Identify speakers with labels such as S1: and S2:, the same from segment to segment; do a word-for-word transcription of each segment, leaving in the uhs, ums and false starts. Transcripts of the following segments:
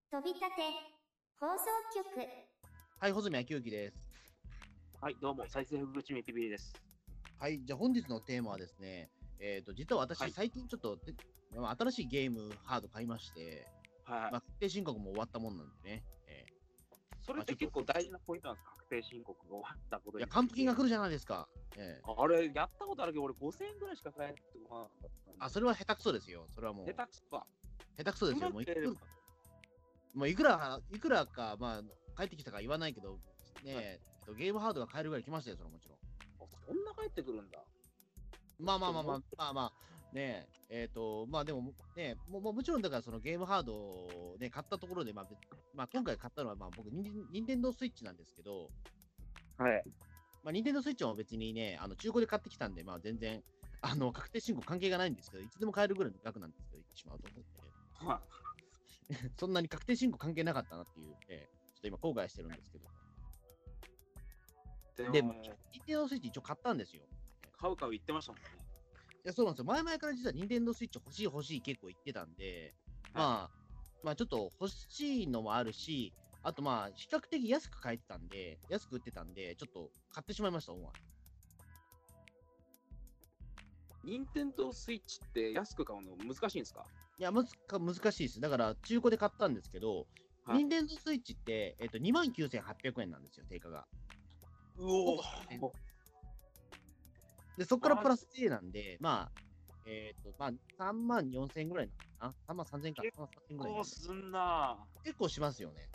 S1: 飛び立て放送局。
S2: はい、穂積昭之です。
S3: はい、どうも、再生福地味ピビリです。
S2: はい、じゃあ本日のテーマはですね、えっ、と、実は私、
S3: はい
S2: 最近ちょっと、でまあ新しいゲームハード買いまして、
S3: はい、
S2: まあ、確定申告も終わったもんなんでね、え
S3: それって
S2: まあちょっと
S3: 結構大事なポイントなんですか、確定申告が終わったこと
S2: ー、いや、
S3: に。
S2: 還付金が来るじゃないですか。えー
S3: あれ、やったことあるけど、俺ごせんえんぐらいしか返ってこなかったんで。
S2: あ、それは下手くそですよ。それはもう、
S3: 下手くそか。
S2: 下手くそですよ。もういく
S3: うまくやれば
S2: もういくら、いくらか、まあ、帰ってきたか言わないけど、ね、えっとゲームハードが買えるぐらい来ましたよ、それはもちろん。
S3: あそんな返ってくるんだ。
S2: まあまあまあまあ、まあまあ、ねえ、えっ、と、まあでもね、もももちろんだからそのゲームハードをね、買ったところで、まあ、別まあ今回買ったのは、まあ僕、ニンニンテンドースイッチなんですけど、
S3: はい。
S2: まあニンテンドースイッチも別にね、あの中古で買ってきたんで、まあ全然、あの、確定申告関係がないんですけど、いつでも買えるぐらいの額なんですけど、言ってしまうと思って、
S3: は
S2: そんなに確定申告関係なかったなっていう、えーちょっと今後悔してるんですけど。
S3: い、
S2: でも、
S3: でも、
S2: ニンテンドースイッチ一応買ったんですよ。
S3: 買う買う言ってましたもんね。
S2: いや、そうなんですよ。前々から実はニンテンドースイッチ欲しい欲しい結構言ってたんで、まあ、まあちょっと欲しいのもあるし、あとまあ、比較的安く買えてたんで、安く売ってたんで、ちょっと買ってしまいました、思わず。
S3: 任天堂スイッチって安く買うの難しいんですか？
S2: いや、むずか難しいです。だから中古で買ったんですけど、
S3: はい
S2: ニンテンドースイッチって、えっと、にまんきゅうせんはっぴゃくえんなんですよ、定価が。
S3: うお
S2: ほで、そこからプラス A なんで、まあ、えっと、まあ、さんまんよんせんえんぐらいなのかな ?さんまんさんぜんえんか、
S3: 結
S2: さんまんさんぜんえんぐらいなんで。
S3: こうすんな。
S2: 結構しますよね。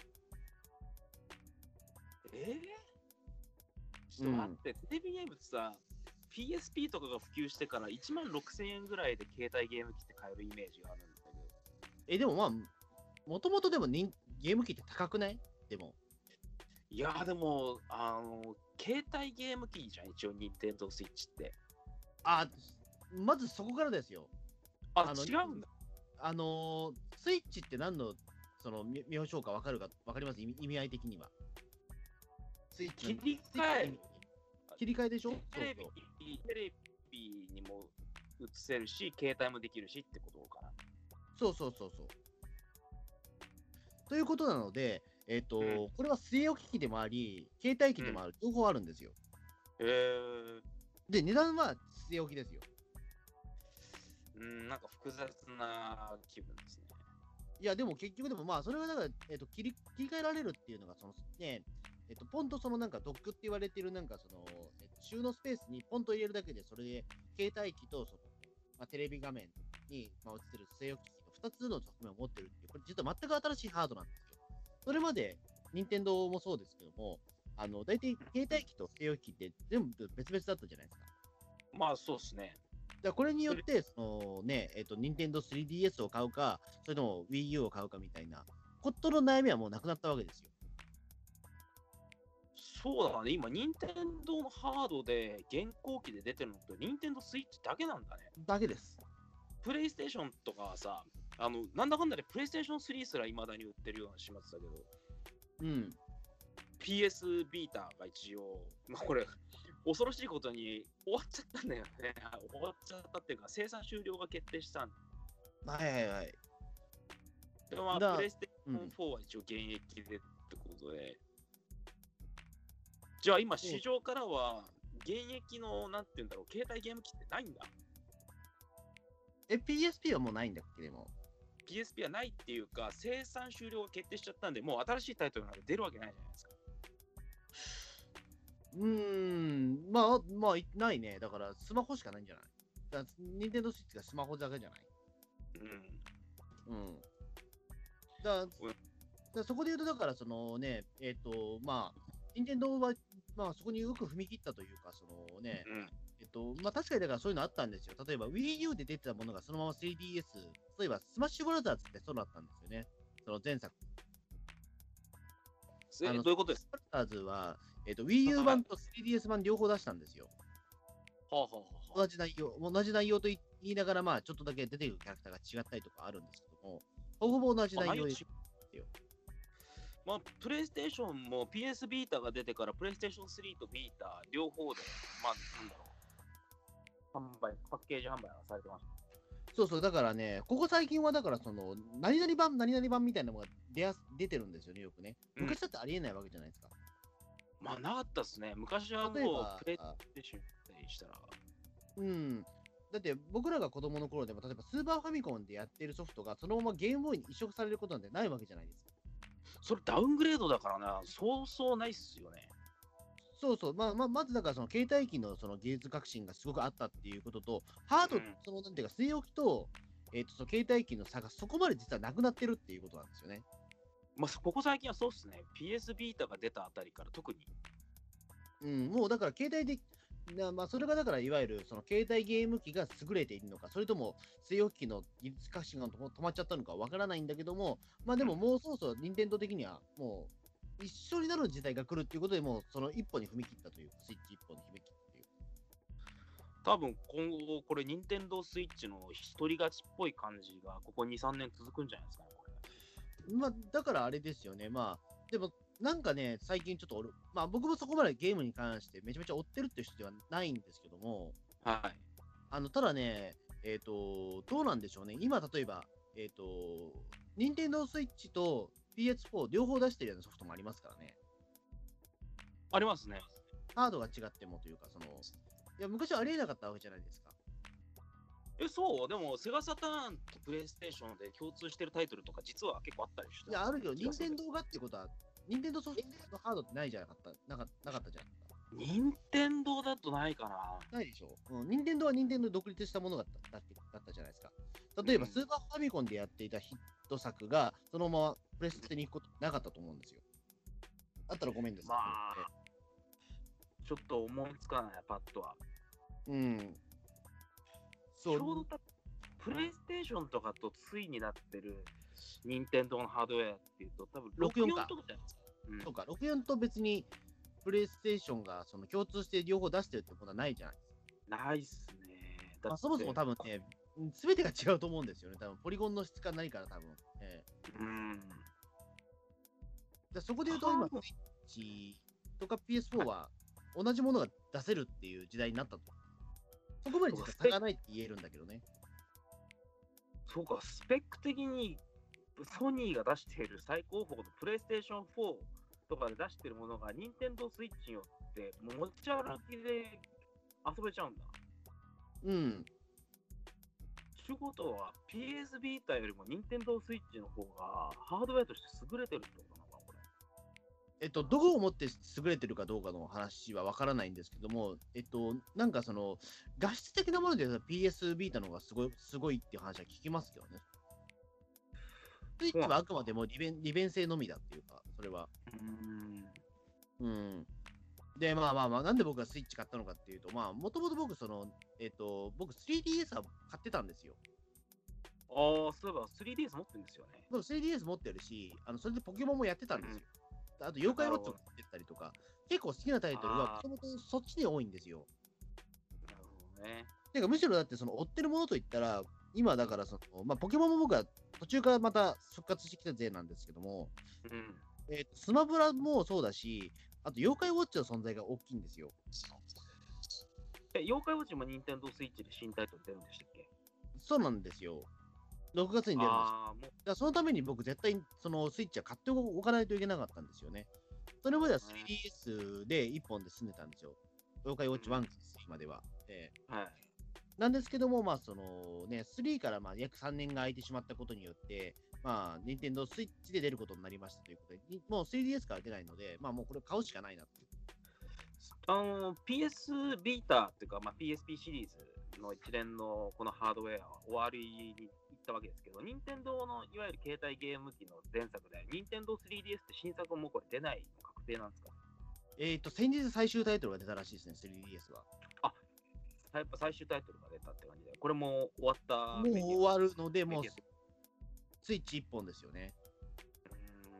S3: えー、ちょっと待って、テレビゲームってさ、ピーエスピー とかが普及してからいちまんろくせんえんぐらいで携帯ゲーム機って買えるイメージがあるんだけど。
S2: え、でもまあ、もともとでもにゲーム機って高くないでも。
S3: いやーでも、あの、携帯ゲーム機じゃん、一応、任天堂スイッチって。
S2: あ、まずそこからですよ。
S3: あ、
S2: あの
S3: 違うんだ。
S2: あのースイッチって何のそのみ名称か分かるか分かります意味意味合い的には。スイッチの
S3: 切り替え
S2: スイッチの意味切り替えでしょ
S3: テレビ
S2: そうそう
S3: テレビにも映せるし、携帯もできるしってことかな。
S2: そうそうそうそう。ということなので、えっ、と、
S3: うん
S2: これは据え置き機でもあり、携帯機でもある、両方あるんですよ。
S3: へえー、
S2: で、値段は据え置きですよ。
S3: うん、なんか複雑な気分ですね。
S2: いや、でも結局でもまあ、それはだから、えっ、と切り、切り替えられるっていうのが、そのね、えっ、と、ポンとそのなんかドックって言われてるなんかその、えっと収納スペースにポンと入れるだけで、それで携帯機とその、まあ、テレビ画面に、まあ、映ってる据え置き機のふたつの側面を持ってるっていう、これ実は全く新しいハードなんですよ。それまで、任天堂もそうですけども、あの、大体携帯機と据え置き機って全部別々だったじゃないですか。
S3: まあそうっすね。
S2: だからこれによって、そのね、えっ、と、任天堂 スリーディーエス を買うか、それとも WiiU を買うかみたいな、ことの悩みはもうなくなったわけですよ。
S3: そうだね、今、任天堂のハードで現行機で出てるのって任天堂スイッチだけなんだね。
S2: だけです。
S3: プレイステーションとかはさ、あのなんだかんだでプレイステーションスリーすらいまだに売ってるような始末だけど、
S2: うん。
S3: ピーエス ビータが一応、まあ、これ、恐ろしいことに終わっちゃったんだよね。終わっちゃったっていうか、生産終了が決定したん
S2: はいはいはい。
S3: でも、ま
S2: だ
S3: あ、プレイステーション
S2: うん
S3: フォーは一応現役でってことで、じゃあ今、市場からは現役の、なんていうんだろう、携帯ゲーム機ってないんだ。
S2: え、ピーエスピー はもうないんだっけ、でも。
S3: ピーエスピー はないっていうか、生産終了が決定しちゃったんで、もう新しいタイトルなんて出るわけないじゃないですか。
S2: うーん、まあ、まあ、いないね。だから、スマホしかないんじゃないだから、ニンテンドースイッチがスマホだけじゃない
S3: うん。
S2: うん。だから、だからそこで言うと、だから、そのね、えっ、と、まあ、任天堂は、まあ、そこによく踏み切ったというか、そのね、
S3: うん。
S2: えっと、まあ、確かにだからそういうのあったんですよ。例えば WiiU で出てたものがそのまま スリーディーエス、例えばスマッシュブラザーズってそうだったんですよね。その前作。
S3: え、
S2: あの
S3: どういうことです
S2: ブラザーズは、えっと、WiiU 版と スリーディーエス 版両方出したんですよ。
S3: かはあ、はあはあ、
S2: 同じ内容、同じ内容と言いながら、まあ、ちょっとだけ出てくるキャラクターが違ったりとかあるんですけども、ほぼほぼ同じ内容で
S3: あ内容まあ、プレイステーションも ピーエス ビータが出てから、プレイステーションスリーとビータ両方で、まあ、なんだろう、販売、パッケージ販売がされてました。
S2: そうそう、だからね、ここ最近はだからその、何々版、何々版みたいなのが出やす出てるんですよね、よくね。
S3: うん
S2: 昔だってありえないわけじゃないですか。
S3: まあ、なかったっすね。昔はもう
S2: 例えば
S3: プレイステーションにしたら。
S2: うん。だって僕らが子供の頃でも、例えばスーパーファミコンでやってるソフトがそのままゲームボーイに移植されることなんてないわけじゃないですか。
S3: それダウングレードだからな、そうそうないっすよね。
S2: そうそう、まあまあ、まずだからその携帯機のその技術革新がすごくあったっていうことと、ハード、
S3: うん
S2: そのなんていうか、据え置きと、えっ、と、その携帯機の差がそこまで実はなくなってるっていうことなんですよね。
S3: まあ、ここ最近はそうっすね。ピーエス ビータが出たあたりから特に。
S2: うん、もうだから携帯で、なまあ、それがだからいわゆるその携帯ゲーム機が優れているのか、それとも据え置き機の技術革新が止ま止まっちゃったのかわからないんだけども、まあでももうそろそろ任天堂的にはもう一緒になる時代が来るっていうことで、もうその一歩に踏み切ったというか、スイッチ一歩に踏み切ったという。
S3: 多分今後、これ、任天堂スイッチの一人勝ちっぽい感じが、ここに、さんねん続くんじゃないですかね、これ。
S2: まあ、だからあれですよね。まあ、でも、なんかね、最近ちょっと俺、まあ僕もそこまでゲームに関してめちゃめちゃ追ってるっていう人ではないんですけども、
S3: はい。
S2: あの、ただね、えっ、と、どうなんでしょうね。今、例えば、えっ、と、任天堂スイッチと ピーエスフォー 両方出してるようなソフトもありますからね。
S3: ありますね。
S2: ハードが違ってもというか、その、いや、昔はありえなかったわけじゃないですか。
S3: え、そうでも、セガサターンとプレイステーションで共通してるタイトルとか、実は結構あったりして。
S2: いや、あるけど、
S3: 気がする
S2: 任天堂がってことは、任天堂ソフトのハードってないじゃなかった、なかなかったじゃん。
S3: 任天堂だとないかな。
S2: ないでしょ。うん、任天堂は任天堂で独立したものだっただってだったじゃないですか。例えば、
S3: うん
S2: スーパーファミコンでやっていたヒット作が、そのままプレステに行くことなかったと思うんですよ。あったらごめんです。
S3: まあ、ちょっと思いつかない、パッとは。
S2: うん。
S3: ち
S2: そう。
S3: ょうどたプレイステーションとかとついになってる任天堂のハードウェアっていうと、多分
S2: ろくじゅうよんか
S3: ろくじゅうよんとかじゃないですか。うん
S2: そうか、ろくじゅうよんと別にプレイステーションがその共通して両方出してるってことはないじゃないですか。
S3: ないっすね。だ
S2: まあ、
S3: って
S2: そもそも多分ね、すべてが違うと思うんですよね。多分ポリゴンの質か何から多分。ええ
S3: うん。
S2: でそこで言うと今、
S3: ハード
S2: スイッチとか ピーエスフォー は同じものが出せるっていう時代になったと。そこまで実は差がないって言えるんだけどね。
S3: そうか、スペック的にソニーが出している最高峰のプレイステーションフォーとかで出しているものが、任天堂スイッチによって持ち歩きで遊べちゃうんだ。
S2: うん。
S3: ということは、ピーエス ビータよりも任天堂スイッチの方がハードウェアとして優れてるってことなのかな、これ。
S2: えっと、どこをもって優れてるかどうかの話はわからないんですけども、えっと、なんかその、画質的なもので言うと ピーエス ビータの方がすごい、すごいっていう話は聞きますけどね。スイッチはあくまでも利便利便性のみだっていうか、それは。
S3: うーん。
S2: うん。で、まあまあまあ、なんで僕がスイッチ買ったのかっていうと、まあ、もともと僕、その、えっと、僕 スリーディーエス は買ってたんですよ。
S3: ああ、そういえば スリーディーエス 持ってるんですよね。
S2: 僕 スリーディーエス 持ってるし、あのそれでポケモンもやってたんですよ。あと、妖怪ウォッチもやってたりとか、結構好きなタイトルは、
S3: あー
S2: もともとそっちに多いんですよ。
S3: なるほどね。
S2: てか、むしろだって、その、追ってるものといったら、今だから、その、まあ、ポケモンも僕は途中からまた復活してきた勢なんですけども、
S3: うん。
S2: えーとスマブラもそうだし、あと、妖怪ウォッチの存在が大きいんですよ。
S3: え、妖怪ウォッチも任天堂スイッチで新タイトル出るんでしたっけ？
S2: そうなんですよ。ろくがつに出るんですよ。
S3: ああ、もう
S2: だからそのために僕、絶対そのスイッチは買っておかないといけなかったんですよね。それまでは スリーディーエス でいっぽんで済んでたんですよ。妖怪ウォッチワン、スリーまでは。えー
S3: はい。
S2: なんですけども、まあ、そのね、スリーからまあ約さんねんが空いてしまったことによって、まあ、任天堂スイッチで出ることになりましたということで、にもう スリーディーエス から出ないので、まあ、もうこれ買うしかないなっていう。
S3: あの、ピーエス ビータっていうか、まあ、ピーエスピー シリーズの一連のこのハードウェアは終わりに行ったわけですけど、任天堂のいわゆる携帯ゲーム機の前作で、任天堂 スリーディーエス って新作もこれ出ないの確定なんですか？
S2: えっ、と、先日最終タイトルが出たらしいですね、スリーディーエス は。
S3: やっぱ最終タイトルが出たって感じで、これも終わった
S2: もう終わるので、もう
S3: メディア
S2: スイッチいっぽんですよね。
S3: う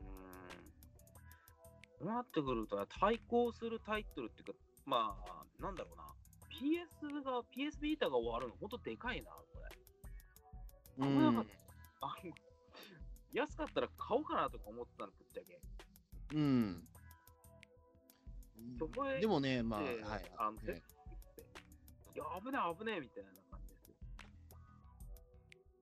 S3: ーん。そうなってくると、対抗するタイトルっていうか、まあ、なんだろうな。ピーエス が、ピーエス ビータが終わるの、ほんとでかいな、これ。
S2: う
S3: 危なかっ
S2: ん。
S3: あ安かったら買おうかなとか思ってたの、ぶっちゃけ。
S2: うん。
S3: そこへ
S2: でもね、まあ、
S3: で
S2: はい。
S3: あの
S2: ね
S3: いや、危ねえ、危ねえみたいな感じですよ。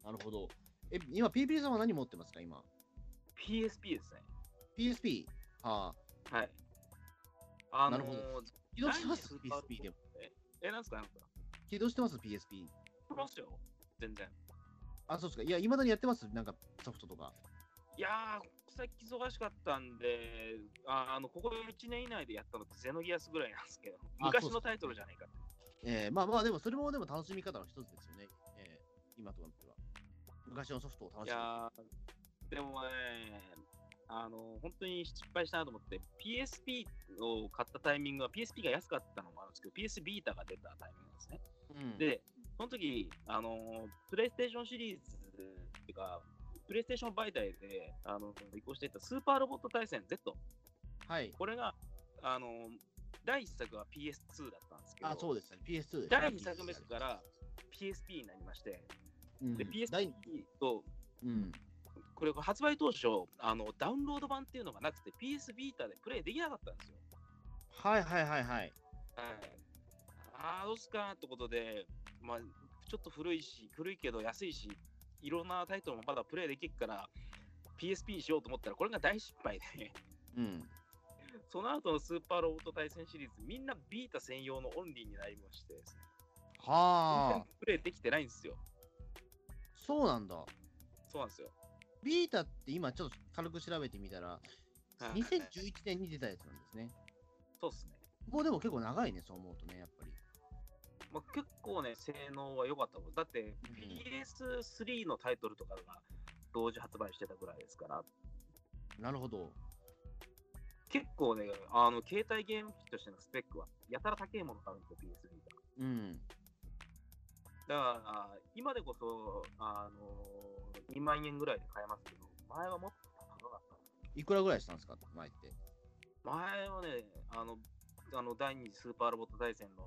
S2: なるほど。え、今、ピーピー さんは何持ってますか、今。
S3: ピーエスピー ですね。
S2: ピーエスピー。はあ。
S3: はい。あのー、
S2: なるほど起動してます
S3: 第二スーパー
S2: ピーエスピー でも。
S3: え、えなんすかなんすか
S2: 起動してます ピーエスピー。
S3: してますよ。全然。
S2: あ、そうですか。いや、いまだにやってますなんかソフトとか。
S3: いやー、さっき忙しかったんで、ああの、ここいちねん以内でやったのってゼノギアスぐらいなんですけど、
S2: あそうっす
S3: 昔のタイトルじゃないかって。
S2: えー、まあまあ、でもそれもでも楽しみ方の一つですよね。えー、今となっては。昔のソフトを楽
S3: い
S2: しむ。
S3: やー、でもね、あの、本当に失敗したなと思って、ピーエスピー を買ったタイミングは ピーエスピー が安かったのもあるんですけど、ピーエス ビータが出たタイミングなんですね。
S2: うん、
S3: で、その時、あの、プレイステーションシリーズっていうか、プレイステーション媒体であの移行していたスーパーロボット対戦 Z。
S2: はい。
S3: これが、あの、第一作は ピーエスツー だったんですけど、
S2: あ、そうですね。ピーエスツー です、
S3: 第二作目から ピーエスピー になりまして、
S2: うん、
S3: で、
S2: 第
S3: ピーエスピー と、
S2: うん。
S3: これ発売当初あの、ダウンロード版っていうのがなくて、ピーエス ビータでプレイできなかったんですよ。
S2: はいはいはいはい。
S3: はい。ああ、どうすかってことで、まあ、ちょっと古いし、古いけど安いし、いろんなタイトルもまだプレイできるから、ピーエスピー にしようと思ったら、これが大失敗で、
S2: うん。
S3: その後のスーパーロボット対戦シリーズ、みんなビータ専用のオンリーになりましてですね、
S2: はあ。
S3: プレイできてないんですよ。
S2: そうなんだ。
S3: そうなんですよ。
S2: ビータって今ちょっと軽く調べてみたら、
S3: はい
S2: にせんじゅういちねんに出たやつなんですね。
S3: そうっすね。
S2: ここでも結構長いね、そう思うとね、やっぱり。
S3: まあ、結構ね、性能は良かったもん。だって、
S2: うん
S3: ピーエススリー のタイトルとかが同時発売してたぐらいですから、
S2: なるほど。
S3: 結構ね、あの携帯ゲーム機としてのスペックはやたら高いものがあるんですよ、ピーエススリー が。
S2: うん。
S3: だから、今でこそ、あのにまん円ぐらいで買えますけど、前はもっと高かった。
S2: いくらぐらいしたんですか、前って。
S3: 前はね、あの、あの第二次スーパーロボット対戦の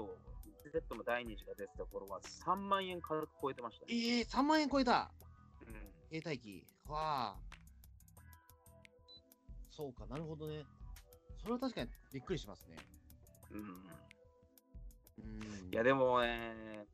S3: Z、Z の第二次が出てた頃はさんまん円軽く超えてましたね。
S2: ええー、さんまん円超えた。
S3: うん
S2: 携帯機。わあ。そうか、なるほどね。それは確かにびっくりしますね。
S3: うん。
S2: うん。
S3: いや、でもね、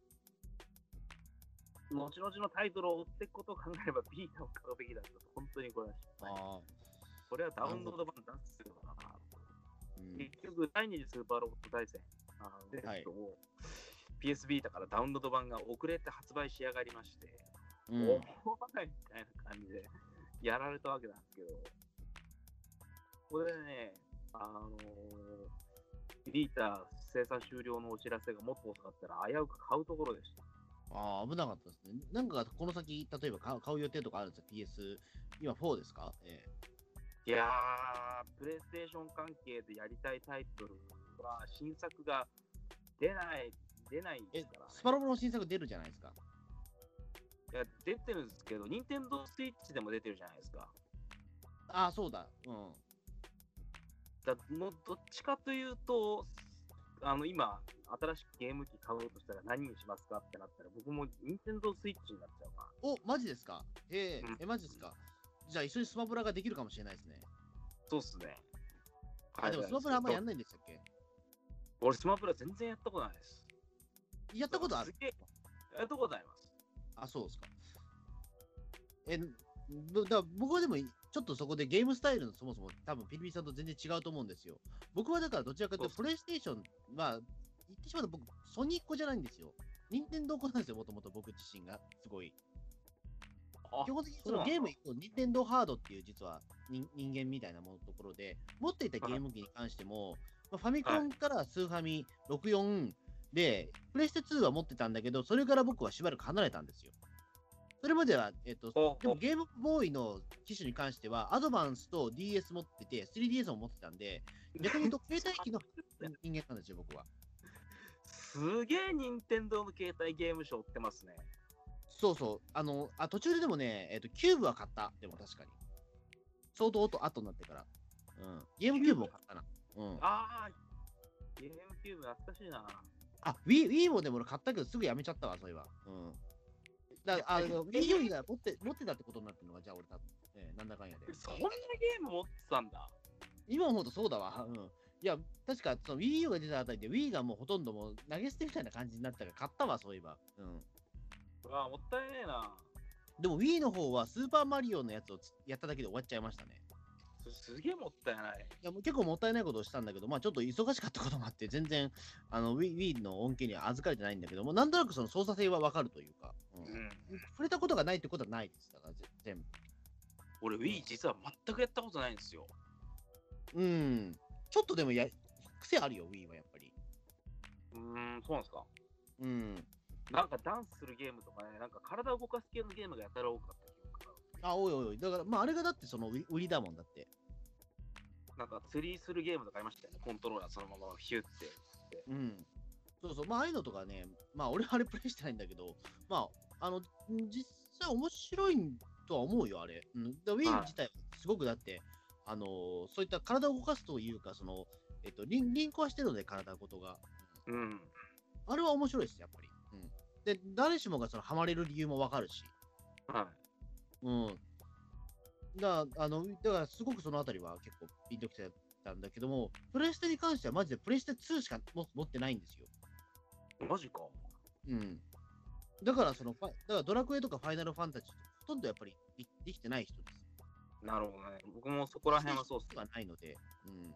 S3: 後々のタイトルを追っていくことを考えれば、ビータを買うべきだったと、本当にこれは失敗。
S2: ああ。
S3: これはダウンロード版出すよな。
S2: うん
S3: 結局、第二次スーパーロボット対戦、あのデ
S2: はい
S3: ッドを ピーエス ビータからダウンロード版が遅れて発売しやがりまして、
S2: うん
S3: おーいみたいな感じでやられたわけなんですけど、これでね、あのー、ビータ生産終了のお知らせがもっと遅かったら危うく買うところでした。
S2: ああ、危なかったですね。なんかこの先、例えば買う買う予定とかあるんですか ?ピーエス、今フォーですか、え
S3: いやー、プレイステーション関係でやりたいタイトルは新作が出ない、出ないん
S2: え
S3: ですからね。
S2: スパロボの新作出るじゃないですか。
S3: いや、出てるんですけど、任天堂スイッチでも出てるじゃないですか。
S2: ああ、そうだ。うん。
S3: だもうどっちかというと、あの今、新しくゲーム機買おうとしたら何にしますかってなったら、僕も任天堂スイッチになっちゃうか
S2: お、マジですかえー
S3: うん
S2: え、マジですかじゃあ一緒にスマブラができるかもしれないですね。
S3: な。そうっすね。
S2: あ、でもスマブラあんまやんないんでしたっけ
S3: 俺、スマブラ全然やったことないです。
S2: やったことある
S3: すげえやったことあります。
S2: あ、そうですか。え、どだ僕はでも、ちょっとそこでゲームスタイルのそもそも多分ピリピリさんと全然違うと思うんですよ。僕はだからどちらかというと、
S3: そ
S2: プレイステーションは、言ってしまうと僕、ソニーっ子じゃないんですよ。任天堂っ子なんですよ、もともと僕自身が。すごい。
S3: あ
S2: 基本的にそ
S3: そうなんだ
S2: のゲーム以降、任天堂ハードっていう実は人人間みたいなものところで、持っていたゲーム機に関しても、まあ、ファミコンからスーファミろくじゅうよんで、プレステツーは持ってたんだけど、それから僕はしばらく離れたんですよ。それまでは、えっと、
S3: ほうほう
S2: でもゲームボーイの機種に関しては、アドバンスと ディーエス 持ってて、スリーディーエス も持ってたんで、逆に言うと、携帯機の人間なんですよ、僕は。
S3: すげえ任天堂の携帯ゲームショー売ってますね。
S2: そうそう。あの、あ途中ででもね、えっと、キューブは買った。でも確かに。相当後後になってから。うん。ゲームキューブも買ったな。うん。
S3: ああ、ゲームキューブ懐かしいな。
S2: あ、Wii, Wii もでも俺買ったけどすぐやめちゃったわ、そういえば。うん。だから、あの、Wii U が持って持ってたってことになってるのが、じゃあ俺多分、えーなんだかんやで。
S3: そんなゲーム持ってたんだ。
S2: 今思うとそうだわ。うん。いや、確かその Wii U が出たあたりで Wii がもうほとんどもう投げ捨てみたいな感じになったから買ったわ、そういえば。うん。
S3: うわ、もったいねえな。
S2: でも Wii の方はスーパーマリオのやつをつやっただけで終わっちゃいましたね。
S3: すすげえもったいない。
S2: いやもう結構もったいないことをしたんだけど、まあちょっと忙しかったこともあって、全然あの Wii, Wii の恩恵には預かれてないんだけども、なんとなくその操作性はわかるというか、うん
S3: うん。
S2: 触れたことがないってことはないです。だからぜ全部。
S3: 俺 Wii 実は全くやったことないんですよ。
S2: うん。ちょっとでもや癖あるよ、Wii はやっぱり。
S3: うーん、そうなんですか。
S2: うん。
S3: なんかダンスするゲームとかね、なんか体を動かす系のゲームがやたら多かった記憶がある。
S2: あ、おいおいおい。だから、まああれがだってその売り売りだもんだって。
S3: なんか釣りするゲームとかありましたよね。コントローラーそのままヒュッて。
S2: うん。そうそう。まあああいうのとかね、まあ俺はあれプレイしてないんだけど、まあ、あの、実際面白いとは思うよ、あれ。うん。だ Wii
S3: はい
S2: 自体はすごくだって、あのーそういった体を動かすというか、その、えっと、リンリンクはしてるので、体ごとが。
S3: うん。
S2: あれは面白いです、やっぱり。うん。で、誰しもがそのハマれる理由もわかるし。
S3: は
S2: うん。だあの、だからすごくそのあたりは結構ピンときてたんだけども、プレステに関してはマジでプレステツーしかも持ってないんですよ。
S3: い。マジか。
S2: うん。だからその、ファだからドラクエとかファイナルファンタジーとほとんどやっぱりでできてない人です。
S3: なるほどね。僕もそこら辺はそうっすね。
S2: ではないので、うん。
S3: うん。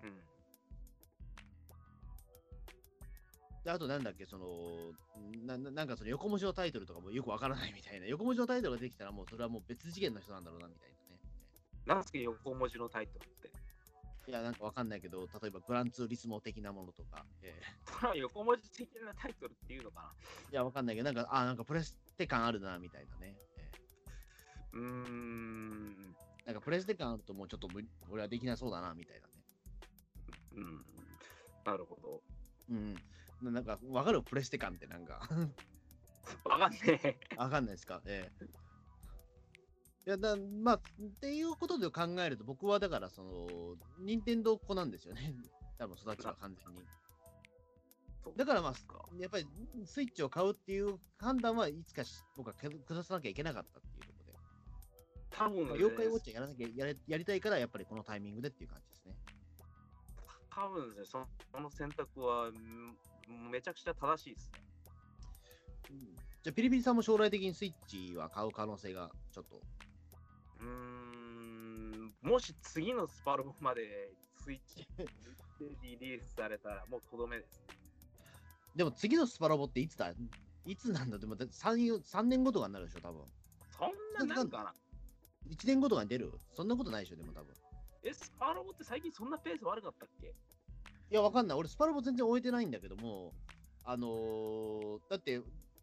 S2: で、あとなんだっけ、その、なななんかその横文字のタイトルとかもよくわからないみたいな、横文字のタイトルができたらもうそれはもう別次元の人なんだろうなみたいなね。
S3: なんすか横文字のタイトルって。
S2: いや、なんかわかんないけど、例えばグランツーリスモ的なものとか、えー
S3: それは横文字的なタイトルっていうのかな。
S2: いや、わかんないけど、なんか、あ、なんかプレステ感あるなみたいなね。え
S3: うーん。
S2: ーなんかプレステ感あるともうちょっと無理俺はできなそうだなみたいなね。
S3: うん。なるほど。
S2: うん。ななんか、わかるプレステ感ってなんか
S3: わかんねえ。
S2: わかんないですか。ええいやだまあ、っていうことで考えると、僕はだから、その、任天堂っ子なんですよね。多分育ちは完全に。だからまあ、やっぱりスイッチを買うっていう判断はいつかし僕は下下さなきゃいけなかったっていうところで。
S3: 多分ね、
S2: 妖怪ウォッチやらなきゃやれやりたいから、やっぱりこのタイミングでっていう感じですね。
S3: 多分ですね、そのその選択はんめちゃくちゃ正しいですね。
S2: うんじゃあ、ピリピリさんも将来的にスイッチは買う可能性がちょっと。
S3: うーん、もし次のスパロボまでスイッチでリリースされたらもうとどめですね。
S2: でも次のスパロボっていつだいつなんだって、また 3, 3年後とかになるでしょ、多分。
S3: そんななんかな。
S2: いちねんごとかに出るそんなことないでしょ、でも多分。
S3: え、スパロボって最近そんなペース悪かったっけ？
S2: いや、わかんない。俺、スパロボ全然終えてないんだけども、あのー、だって、ん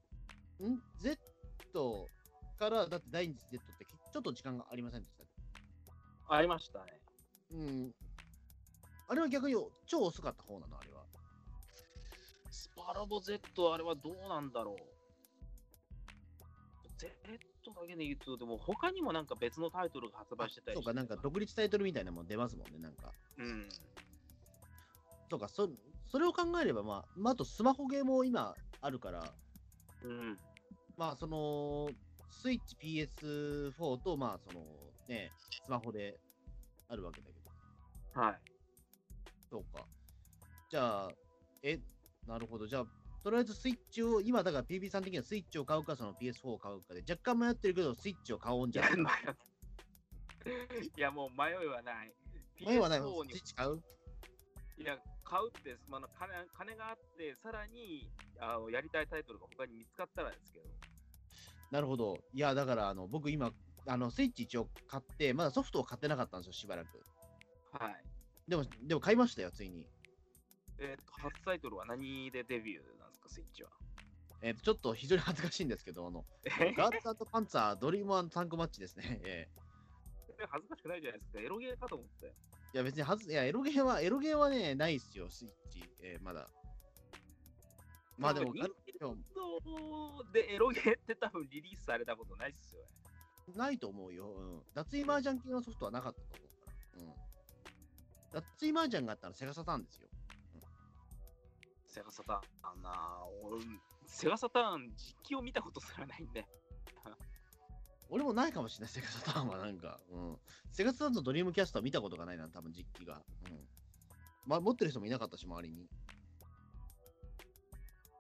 S2: ?Z からだって第二次 Z ってちょっと時間がありませんでした。
S3: ありましたね。
S2: うん。あれは逆に超遅かった方なの、あれは。
S3: スパロボ Z あれはどうなんだろう。Z だけで言うと、でも他にもなんか別のタイトルが発売してたりして。
S2: そうか、なんか独立タイトルみたいなのも出ますもんね、なんか。
S3: うん。
S2: そうか、そそれを考えれば、まあ、まあ、あとスマホゲームも今あるから、
S3: うん。
S2: まあ、その、スイッチ ピーエスフォー と、まあ、その、ね、スマホであるわけだけど。
S3: はい。
S2: そうか。じゃあ、え、なるほど。じゃあ、とりあえずスイッチを、今だから ピービー さん的にはスイッチを買うか、その ピーエスフォー を買うかで、若干迷ってるけど、スイッチを買おうんじゃないか。
S3: いや、もう迷いはない。
S2: 迷いはない。ス
S3: ピーエスフォー
S2: イ
S3: に
S2: ッチ買う
S3: いや、買うって、まあ、金金があって、さらにあのやりたいタイトルが他に見つかったらですけど。
S2: なるほど。いや、だから、あの僕今、あのスイッチ一応買って、まだソフトを買ってなかったんですよ、しばらく。
S3: はい。
S2: でも、でも買いましたよ、ついに。
S3: えっと、初タイトルは何でデビューなんですか、スイッチは。
S2: えーと、ちょっと非常に恥ずかしいんですけど、あの、
S3: え
S2: ガーツパンツァー、ドリームタンクマッチですね。え
S3: 恥ずかしくないじゃないですか。エロゲーかと思ったよ。
S2: ーいや、別にはず、いや、エロゲーは、エロゲーはね、ないっすよ、スイッチ。えーまだ。まあでも、
S3: 任天堂でエロゲーって多分リリースされたことないっすよね。
S2: ないと思うよ。うん。脱衣麻雀系のソフトはなかったと思うから。うん。脱衣麻雀があったらセガサターンですよ。
S3: セガサターンなぁ。俺、セガサターン実機を見たことすらないんで。
S2: 俺もないかもしれない、セガサターンはなんか。うん。セガサターンのドリームキャストは見たことがないな、多分実機が。うん。まあ、持ってる人もいなかったし、周りに。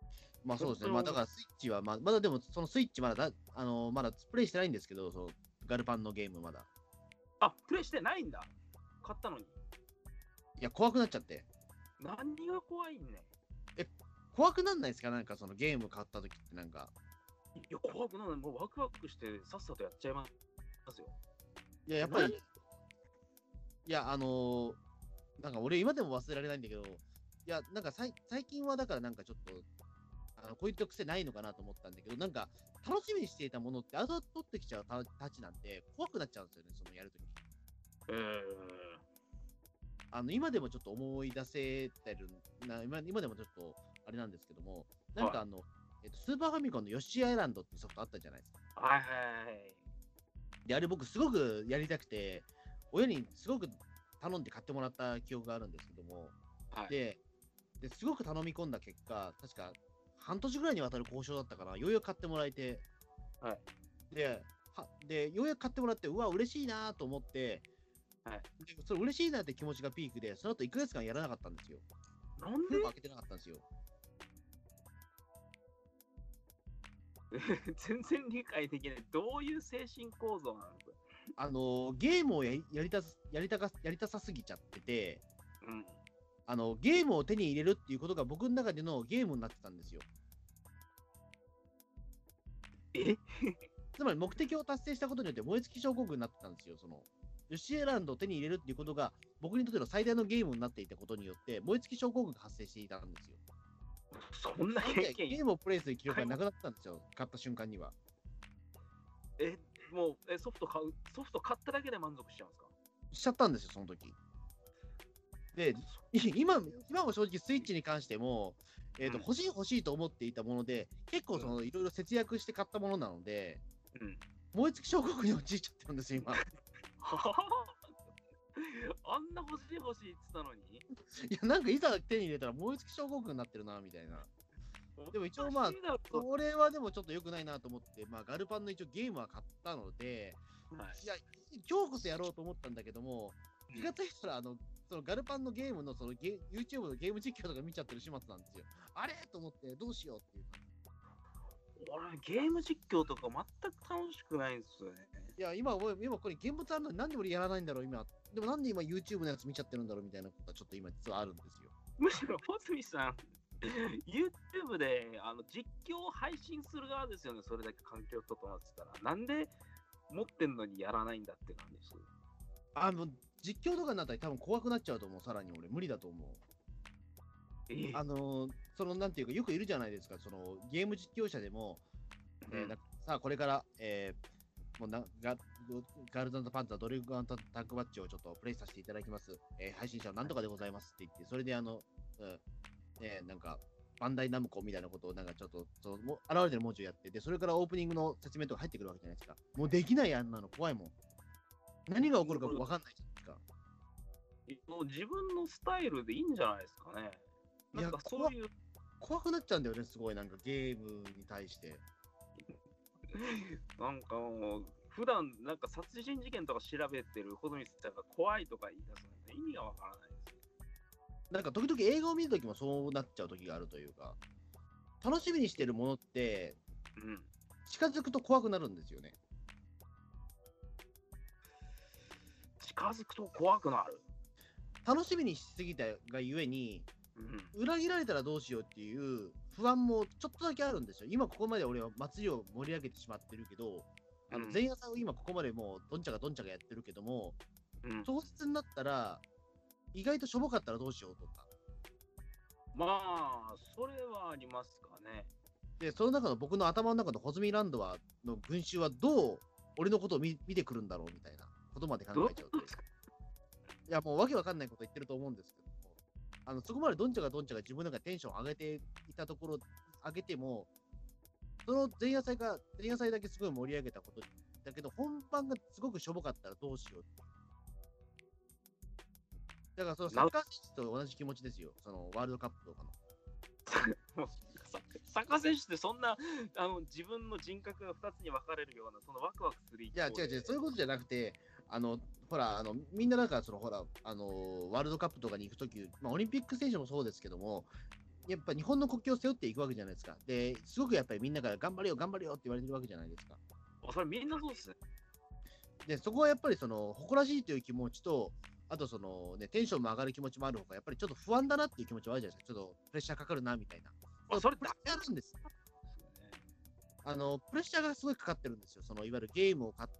S2: まあそうですね。まあだからスイッチは、まあ、まだでもそのスイッチまだだ、あのーまだプレイしてないんですけど、そのガルパンのゲームまだ。
S3: あ、プレイしてないんだ。買ったのに。
S2: いや、怖くなっちゃって。
S3: 何が怖いんね
S2: 怖くなんないですかなんかそのゲーム買った時ってなんか。
S3: ん。いや、怖くない。もうワクワクしてさっさとやっちゃいますよ。
S2: いや、やっぱり、いや、あのーなんか俺今でも忘れられないんだけど、いや、なんかさい最近はだからなんかちょっと、あのこういった癖ないのかなと思ったんだけど、なんか楽しみにしていたものって後々取ってきちゃうたたちなんて怖くなっちゃうんですよね、そのやるとき。
S3: えー、
S2: あの今でもちょっと思い出せてるな今、今でもちょっとあれなんですけども、なんかあの、えっと、スーパーファミコンのヨッシーアイランドってソフトあったじゃないですか。
S3: はいはいはい。
S2: で、あれ僕すごくやりたくて、親にすごく頼んで買ってもらった記憶があるんですけども、
S3: はい、
S2: で、ですごく頼み込んだ結果、確か半年ぐらいにわたる交渉だったから、ようやく買ってもらえて、
S3: はい、
S2: で、はでようやく買ってもらって、うわ、嬉しいなと思って、
S3: はい、
S2: でそれ嬉しいなって気持ちがピークで、その後いっかげつかんやらなかったんですよ。
S3: なんで
S2: 封開けてなかったんですよ。
S3: 全然理解できない。どういう精神構造なのこれ。
S2: あのゲームをやりやりたすやりたかやりたさすぎちゃってて、
S3: うん。
S2: あのゲームを手に入れるっていうことが僕の中でのゲームになってたんですよ。
S3: え
S2: つまり目的を達成したことによって燃え尽き症候群になってたんですよ。そのヨッシーアイランドを手に入れるっていうことが僕にとっての最大のゲームになっていたことによって燃え尽き症候群が発生していたんですよ。
S3: そんな経
S2: ゲ
S3: 験
S2: ームをプレイする記録がなくなったんですよ。買った瞬間には。
S3: え、もうえソフト買う、ソフト買っただけで満足しちゃうんですか
S2: しちゃったんですよ、その時。で、い今今も正直スイッチに関しても、えーと
S3: うん
S2: 欲しい欲しいと思っていたもので、結構そのいろいろ節約して買ったものなので、
S3: うん。
S2: 燃え尽き症候群に陥っちゃってるんですよ、今。い
S3: はははあんな欲しい欲しいって言ったのに
S2: や、なんかいざ手に入れたら燃え尽き症候群になってるな、みたいな。でも一応まあ
S3: おかしいだろ
S2: これはでもちょっと良くないなと思って、まあ、ガルパンの一応ゲームは買ったので、
S3: はい
S2: いや、今日こそやろうと思ったんだけども、気がついたら、あの、そのガルパンのゲームのそのゲ YouTube のゲーム実況とか見ちゃってる始末なんですよ。あれと思ってどうしようっていう感じ。
S3: 俺、ゲーム実況とか全く楽しくないんですよね。
S2: いや、今、俺今これ現物あるのになんで俺やらないんだろう、今。でもなんで今 YouTube のやつ見ちゃってるんだろうみたいなことはちょっと今実はあるんですよ。
S3: むしろ、ホズミさん、YouTube であの実況を配信する側ですよね、それだけ環境整ってたら。なんで持ってんのにやらないんだって感じです。
S2: あの、実況とかになったら多分怖くなっちゃうと思う、さらに俺、無理だと思う。
S3: え
S2: あのーそのなんていうか、よくいるじゃないですか、そのゲーム実況者でも、えー
S3: うん
S2: なんかさあ、これから、えーもうなガガールズパンツァードリルガンタッグマッチをちょっとプレイさせていただきます。えー配信者はなんとかでございますって言って、それであの、うんえーなんか、バンダイナムコみたいなことをなんかちょっとそのも現れてる文字をやってで、それからオープニングの説明とか入ってくるわけじゃないですか。もうできないあんなの怖いもん。何が起こるか分かんないじゃないですか。
S3: もう自分のスタイルでいいんじゃないですかね。
S2: いや
S3: なんかそういう、
S2: 怖くなっちゃうんだよね、すごいなんかゲームに対して。
S3: なんかもう、普段なんか殺人事件とか調べてるホズミさんが怖いとか言い出すので意味がわからないです。
S2: なんか時々映画を見るときもそうなっちゃうときがあるというか、楽しみにしてるものって
S3: うん。
S2: 近づくと怖くなるんですよね。
S3: 近づくと怖くなる。
S2: 楽しみにしすぎたがゆえに、
S3: うん。
S2: 裏切られたらどうしようっていう不安もちょっとだけあるんですよ。今ここまで俺は祭りを盛り上げてしまってるけど、あの
S3: うん
S2: 前夜祭を今ここまでもうどんちゃかどんちゃかやってるけども、
S3: うん、
S2: 当日になったら意外としょぼかったらどうしようとか。
S3: まあ、それはありますかね。
S2: で、その中の僕の頭の中のホズミランドはの群衆はどう俺のことを見見てくるんだろうみたいなことまで考
S3: どう
S2: えちゃうと。いや、もうわけわかんないこと言ってると思うんですけども、あのそこまでどんちゃかどんちゃか自分の中でテンションを上げていたところ、上げても、その前夜祭が、前夜祭だけすごい盛り上げたことだけど、本番がすごくしょぼかったらどうしようっていう。だからそのサッカー選手と同じ気持ちですよ、そのワールドカップとかの。
S3: もうササッカー選手ってそんなあの自分の人格がふたつに分かれるような、そのワクワクする一
S2: いや、違
S3: 方で
S2: う違う、そういうことじゃなくて、あの、ほら、あの、みんななんか、その、ほら、あの、ワールドカップとかに行くとき、まあ、オリンピック選手もそうですけども、 やっぱ日本の国旗を背負っていくわけじゃないですか。で、すごくやっぱりみんなから頑張れよ、頑張れよって言われてるわけじゃないですか。
S3: あそれみんなそうっすね。
S2: で、そこはやっぱりその誇らしいという気持ちと、あとそのね、テンションも上がる気持ちもあるほか、やっぱりちょっと不安だなっていう気持ちはあるじゃないですか。ちょっとプレッシャーかかるなみたいな。
S3: あそれ
S2: プレッシャーあるんです。
S3: ね。
S2: あの、プレッシャーがすごいかかってるんですよ。そのいわゆるゲームを買った、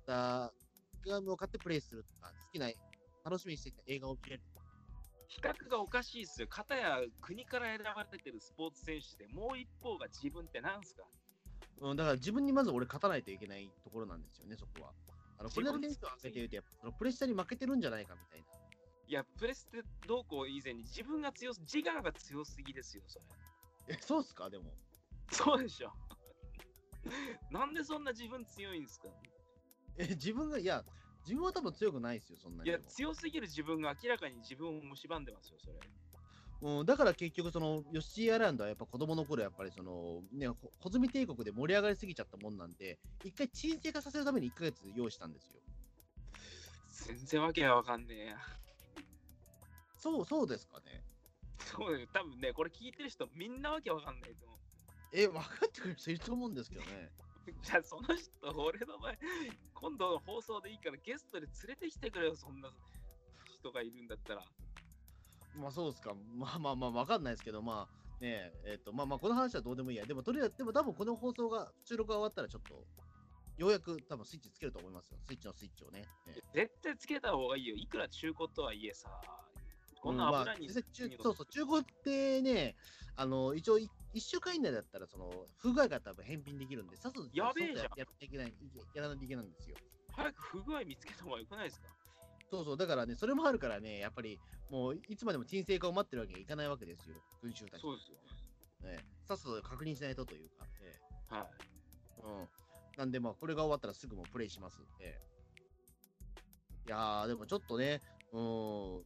S2: ゲームを買ってプレイするとか、好きな、楽しみにしてきた映画を見れる。
S3: 比較がおかしいっすよ。片や国から選ばれてるスポーツ選手で、もう一方が自分ってなんすか。
S2: うん、だから自分にまず俺勝たないといけないところなんですよね、そこは。あのこれだけテンション上げてると、やっぱそのプレッシャーに負けてるんじゃないかみたいな。
S3: いや、プレステどうこう以前に自分が強す、自我が強すぎですよ、それ。
S2: え、そうっすかでも。
S3: そうでしょ。なんでそんな自分強いんですか。
S2: え、自分が、いや、自分は多分強くないですよ、そんないに
S3: や、
S2: でも。
S3: 強すぎる自分が明らかに自分を蝕んでますよ、それ。
S2: うん、だから結局、その、ヨッシーアイランドはやっぱ子供の頃、やっぱりその、ね、ほ穂積帝国で盛り上がりすぎちゃったもんなんで、一回沈静化させるためにいっかげつ用意したんですよ。
S3: 全然わけがわかんねえや。
S2: そう、そうですかね。
S3: そうだよ、多分ね、これ聞いてる人みんなわけわかんないと思う。
S2: え、分かってくれる人いると思うんですけどね。
S3: じゃあその人、俺の前、今度の放送でいいからゲストで連れてきてくれよ、そんな人がいるんだったら。
S2: まあそうですか。まあまあまあ、わかんないですけど、まあねえ、えっ、と、まあまあ、この話はどうでもいいや。でも、とりあえず、でも多分この放送が、収録が終わったらちょっと、ようやく多分スイッチつけると思いますよ。スイッチのスイッチをね。ね
S3: 絶対つけた方がいいよ。いくら中古とはいえさ、こんな
S2: うんまあ
S3: 油に、
S2: 実際中そうそう、中古ってね、あの、一応い、いっしゅうかん以内だったら、その、不具合が多分返品できるんで、さっさと
S3: やべえじゃん
S2: ややらなきゃいけない、やらないといけないんですよ。
S3: 早く不具合見つけた方がよくないですか。
S2: そうそう、だからね、それもあるからね、やっぱり、もう、いつまでも沈静化を待ってるわけにはいかないわけですよ、群衆たち。
S3: そうですよ。
S2: ね、さっさと確認しないとというか、え
S3: はい。
S2: えうん。なんで、まあ、これが終わったらすぐもうプレイします。ええいやー、でもちょっとね、うん、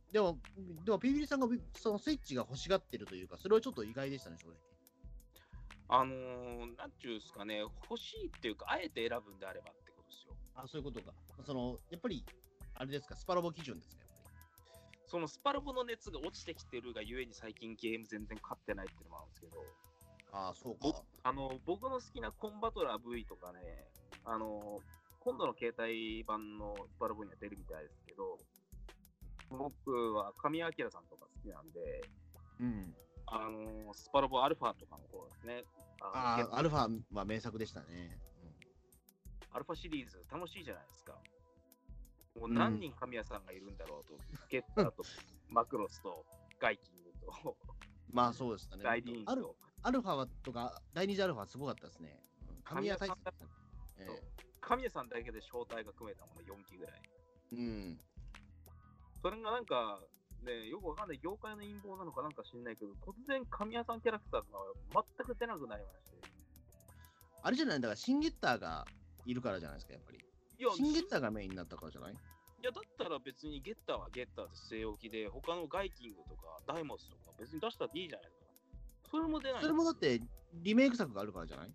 S2: でも、でも、ピービー さんがそのスイッチが欲しがってるというか、それはちょっと意外でしたね、正直。
S3: あのー、なんちゅうですかね、欲しいっていうか、あえて選ぶんであればってことですよ。
S2: あ、そういうことか。その、やっぱり、あれですか、スパロボ基準ですか、やっぱり。
S3: そのスパロボの熱が落ちてきてるがゆえに最近ゲーム全然勝ってないっていうのもあるんですけど、
S2: ああ、そう
S3: ぼ
S2: か。
S3: あの僕の好きなコンバトラー ブイ とかね、あの今度の携帯版のスパロボには出るみたいですけど、僕は神谷明さんとか好きなんで、
S2: うん。
S3: あのスパロボアルファとかの方ですね。あの
S2: ああ、アルファは名作でしたね。
S3: アルファシリーズ楽しいじゃないですか。もう何人神谷さんがいるんだろうと、ゲッターとマクロスとガイキングと
S2: まあそうでしたね。
S3: ガイディーン
S2: アル
S3: と
S2: アルファはとか、第二次アルファはすごかったですね。うん神谷大佐でしたね。え
S3: そう
S2: え
S3: 神谷さんだけで招待が組めたものよんきぐらい。
S2: うん。
S3: それがなんか、ね、よくわかんない業界の陰謀なのかなんか知んないけど、突然神谷さんキャラクターが全く出なくなりまして。
S2: あれじゃないんだから、シンゲッターがいるからじゃないですか、やっぱり。
S3: いや、
S2: シンゲッターがメインになったからじゃない
S3: いやだったら別にゲッターはゲッターで据え置きで、他のガイキングとかダイモスとか別に出したっていいじゃないですか。それも出ない。
S2: それもだって、リメイク作があるからじゃない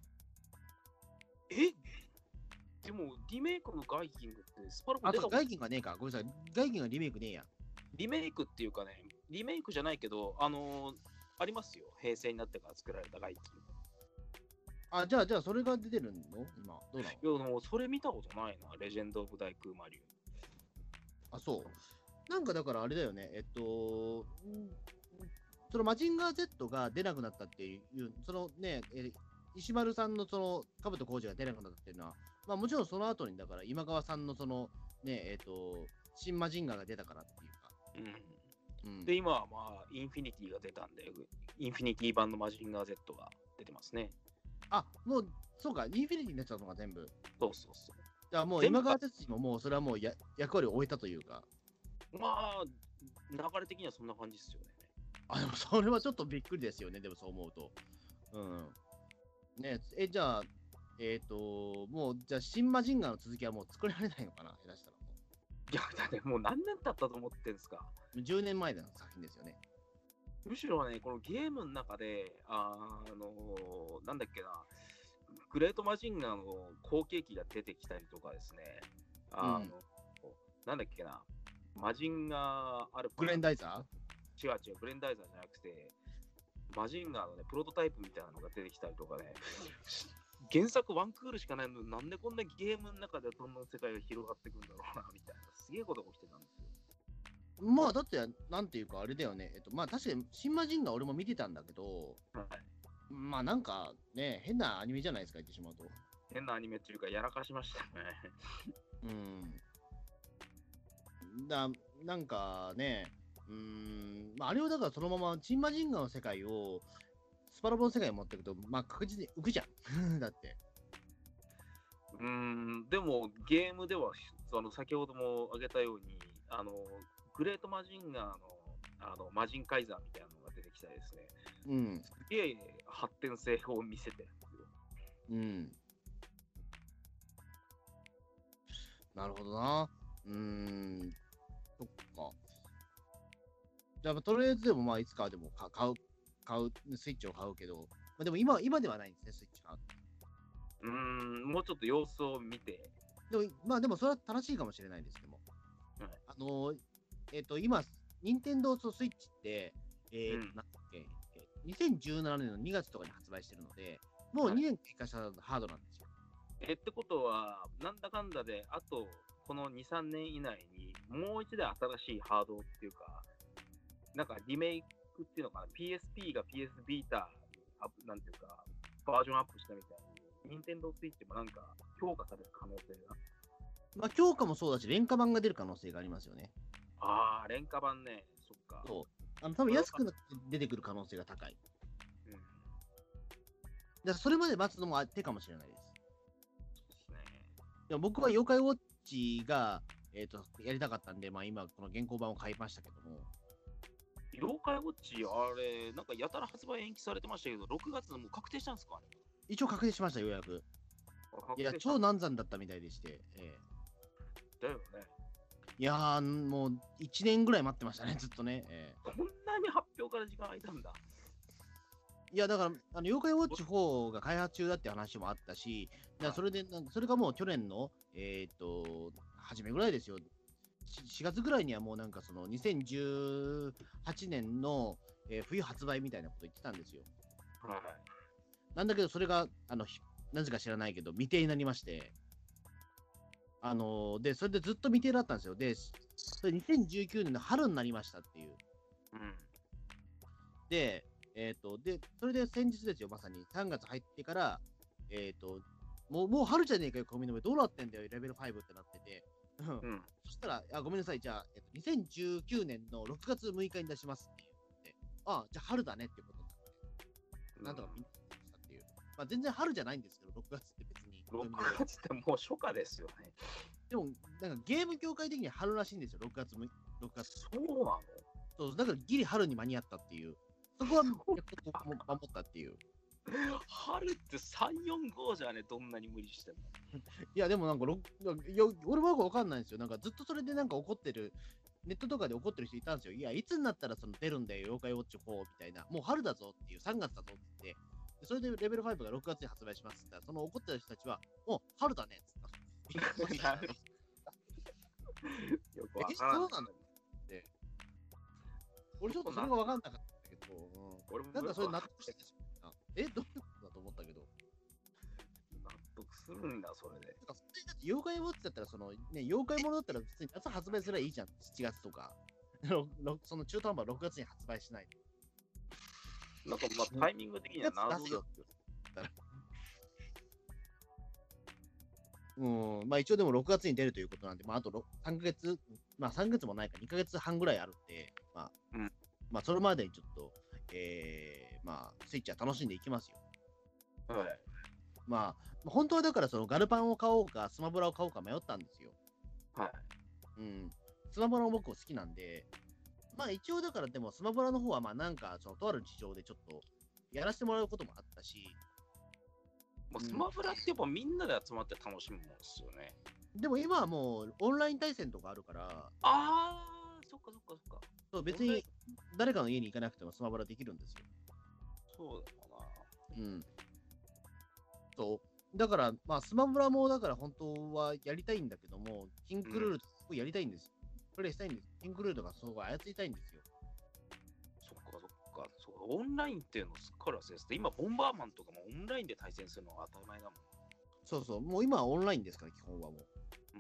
S3: えでもリメイクのガイキングってスパロボ
S2: あと、
S3: 出たこと
S2: ガイキンがねえか。ごめんなさい。ガイキンがリメイクねえや。
S3: リメイクっていうかね、リメイクじゃないけど、あのーありますよ。平成になってから作られたガイキング。
S2: あ、じゃあ、じゃあ、それが出てるの今。どうなの
S3: いや、でもそれ見たことないな。レジェンド・オブ・大空マリ
S2: あ、そう。なんかだからあれだよね。えっと、んそのマジンガー Z が出なくなったっていう、そのね、え石丸さんのその、かぶと浩二が出なくなったっていうのは、まあもちろんその後に、だから今川さんのその、ね、えっと、新マジンガーが出たからっていうか。
S3: オ。うん。
S2: うん、
S3: で、今はまあ、インフィニティが出たんで、インフィニティ版のマジンガー Z が出てますね。
S2: あ、もう、そうか、インフィニティになっちゃうのが全部。
S3: そうそうそう。
S2: じゃあもう
S3: 全部
S2: 今川哲司ももうそれはもうや役割を終えたというか。
S3: まあ、流れ的にはそんな感じですよね。
S2: あ、でもそれはちょっとびっくりですよね、でもそう思うと。うん。ねえ、じゃあ、えっ、と、もう、じゃあ、新マジンガーの続きはもう作られないのかな、下手したらも
S3: いや、だってもう何年経ったと思ってんですか。
S2: う。じゅうねんまえの作品ですよね。
S3: むしろね、このゲームの中で、あーあのーなんだっけな、グレートマジンガーの後継機が出てきたりとかですね、あの、
S2: うん
S3: なんだっけな、マジンガーアルファ
S2: グレンダイザ
S3: 違う違う、グレンダイザーじゃなくて、 マジンガーのね、プロトタイプみたいなのが出てきたりとかね、原作ワンクールしかないのに、なんでこんなゲームの中でどんどん世界が広がっていくんだろうな、みたいな、すげえことが起きてたんですよ。
S2: まあだってなんていうかあれだよね、えっとまあ確かに新マジンガー俺も見てたんだけど、
S3: はい、
S2: まあなんかね変なアニメじゃないですか言ってしまうと。
S3: 変なアニメっていうか、やらかしましたね。
S2: うん。だなんかね、うーん、まあ、あれをだからそのまま新マジンガーの世界をスパラボの世界に持っていくと、まあ確実に浮くじゃん。だって。
S3: うーん、でもゲームでは、その先ほども挙げたように、あのグレートマジンガーのあのマジンカイザーみたいなのが出てきたりですね、
S2: うん。
S3: すげえ発展性を見せてるんですよ。
S2: うん。なるほどな。うーん。そっか。じゃあ、とりあえずでもまあいつかでもか買う、買う、スイッチを買うけど、まあ、でも今、今ではないんですね、スイッチ買う。
S3: うーん、もうちょっと様子を見て、
S2: でも、まあでもそれは正しいかもしれないですけども。
S3: はい、
S2: あのー、えっ、と、今、任天堂とスイッチって、えー、
S3: うん
S2: なんだっけ、えーにせんじゅうななねんのにがつとかに発売してるので、もう
S3: はい
S2: にねん経過したハードなんですよ。
S3: えってことは、なんだかんだで、あとこのに、さんねん以内にもう一台新しいハードっていうか、なんかリメイクっていうのかな、ピーエスピー が ピーエス ビータにアップ、なんていうか、バージョンアップしたみたいに、任天堂スイッチもなんか強化される可能性が。
S2: まあ強化もそうだし、廉価版が出る可能性がありますよね。
S3: ああ、廉価版ね、そっか。
S2: そう。あの多分安くなって出てくる可能性が高い。
S3: うん。
S2: だからそれまで待つのも手かもしれないです。
S3: そうですね。
S2: でも僕は妖怪ウォッチが、えー、とやりたかったんで、まあ、今、この現行版を買いましたけども。
S3: 妖怪ウォッチ、あれ、なんかやたら発売延期されてましたけど、ろくがつもう確定したんですかあれ。
S2: 一応確定しました、ようやく。いや、超難産だったみたいでして。え
S3: ー、だよね。
S2: いやー、もういちねんぐらい待ってましたね、ずっとね。え
S3: ー、こんなに発表から時間空いたんだ。
S2: いや、だから、あの妖怪ウォッチフォーが開発中だって話もあったし、だからそれで、なんかそれがもう去年の、えっ、と、初めぐらいですよ。しがつぐらいにはもうなんかそのにせんじゅうはちねんの、えー冬発売みたいなこと言ってたんですよ。
S3: はい。
S2: なんだけど、それが、あの、なぜか知らないけど、未定になりまして、あのーで、それでずっと未定だったんですよ。で、それにせんじゅうきゅうねんの春になりましたっていう。
S3: うん。
S2: で、えっ、と、で、それで先日ですよ、まさにさんがつ入ってから、えっ、と、もう、もう春じゃねえかよ、コミの上、どうなってんだよ、レベルごってなってて、うん
S3: うん。
S2: そしたら、あ、ごめんなさい、じゃあ、えっと、にせんじゅうきゅうねんのろくがつむいかに出しますって言って、あ、じゃあ春だねっていうことになって、なんとかみんなでしたっていう。まあ、全然春じゃないんですけど、ろくがつって別に。
S3: ろくがつってもう初夏ですよね。
S2: でも、なんかゲーム業界的には春らしいんですよ、ろくがつむいか。ろくがつ。
S3: そうなの？
S2: そう、だからギリ春に間に合ったっていう。そこは、やっぱ守ったっていう。
S3: 春ってさん、よん、ごじゃね、どんなに無理しても。
S2: いや、でもなんかろ、いや俺はよくわかんないんですよ。なんかずっとそれでなんか怒ってる、ネットとかで怒ってる人いたんですよ。いや、いつになったらその出るんだよ、妖怪ウォッチフォーみたいな。もう春だぞっていう、さんがつだぞって言って、でそれでレベルごがろくがつに発売しますって言ったら、その怒ってる人たちは、もう春だねっつった。
S3: よくわ
S2: え、
S3: からん。
S2: そうなのって。俺ちょっとそれがわかんなかったけど、うん、
S3: 俺も
S2: なんかそれ納得してしまった。え、どういうことだと思ったけど。
S3: 納得するんだ、それで。
S2: なんかそれだって妖怪ウォッチだったら、そのね、妖怪ものだったら普通に夏発売すればいいじゃん、しちがつとか。ろろその中途半端ろくがつに発売しない。
S3: なんかまあタイミング的には謎
S2: 出すよって言ったら。うん、まあ一応でもろくがつに出るということなんで、まああとろさんかげつ、まあさんかげつもないかにかげつはんぐらいあるんで、まあ、
S3: うん
S2: まあそれまでにちょっと、えー、まあスイッチは楽しんでいきますよ。
S3: はい。
S2: まあ、本当はだからそのガルパンを買おうか、スマブラを買おうか迷ったんですよ。
S3: はい。
S2: うん。スマブラも僕好きなんで、まあ一応だからでもスマブラの方はまあなんかそのとある事情でちょっとやらせてもらうこともあったし、
S3: もうスマブラってやっぱみんなで集まって楽しむもんですよね。
S2: でも今はもうオンライン対戦とかあるから、
S3: ああ、そっかそっかそっか。
S2: そう別に誰かの家に行かなくてもスマブラできるんですよ。
S3: そうだよな。
S2: うん。そう。だから、まあスマブラもだから本当はやりたいんだけども、キンクルールすごいやりたいんです。プレイしたいんです。キンクルールとかすごい操りたいんですよ。
S3: そっかそっか。 か、そうオンラインっていうのをすっかり忘れてて、今、ボンバーマンとかもオンラインで対戦するのが当たり前だもん。
S2: そうそう、もう今はオンラインですから、基本はもう。
S3: うん。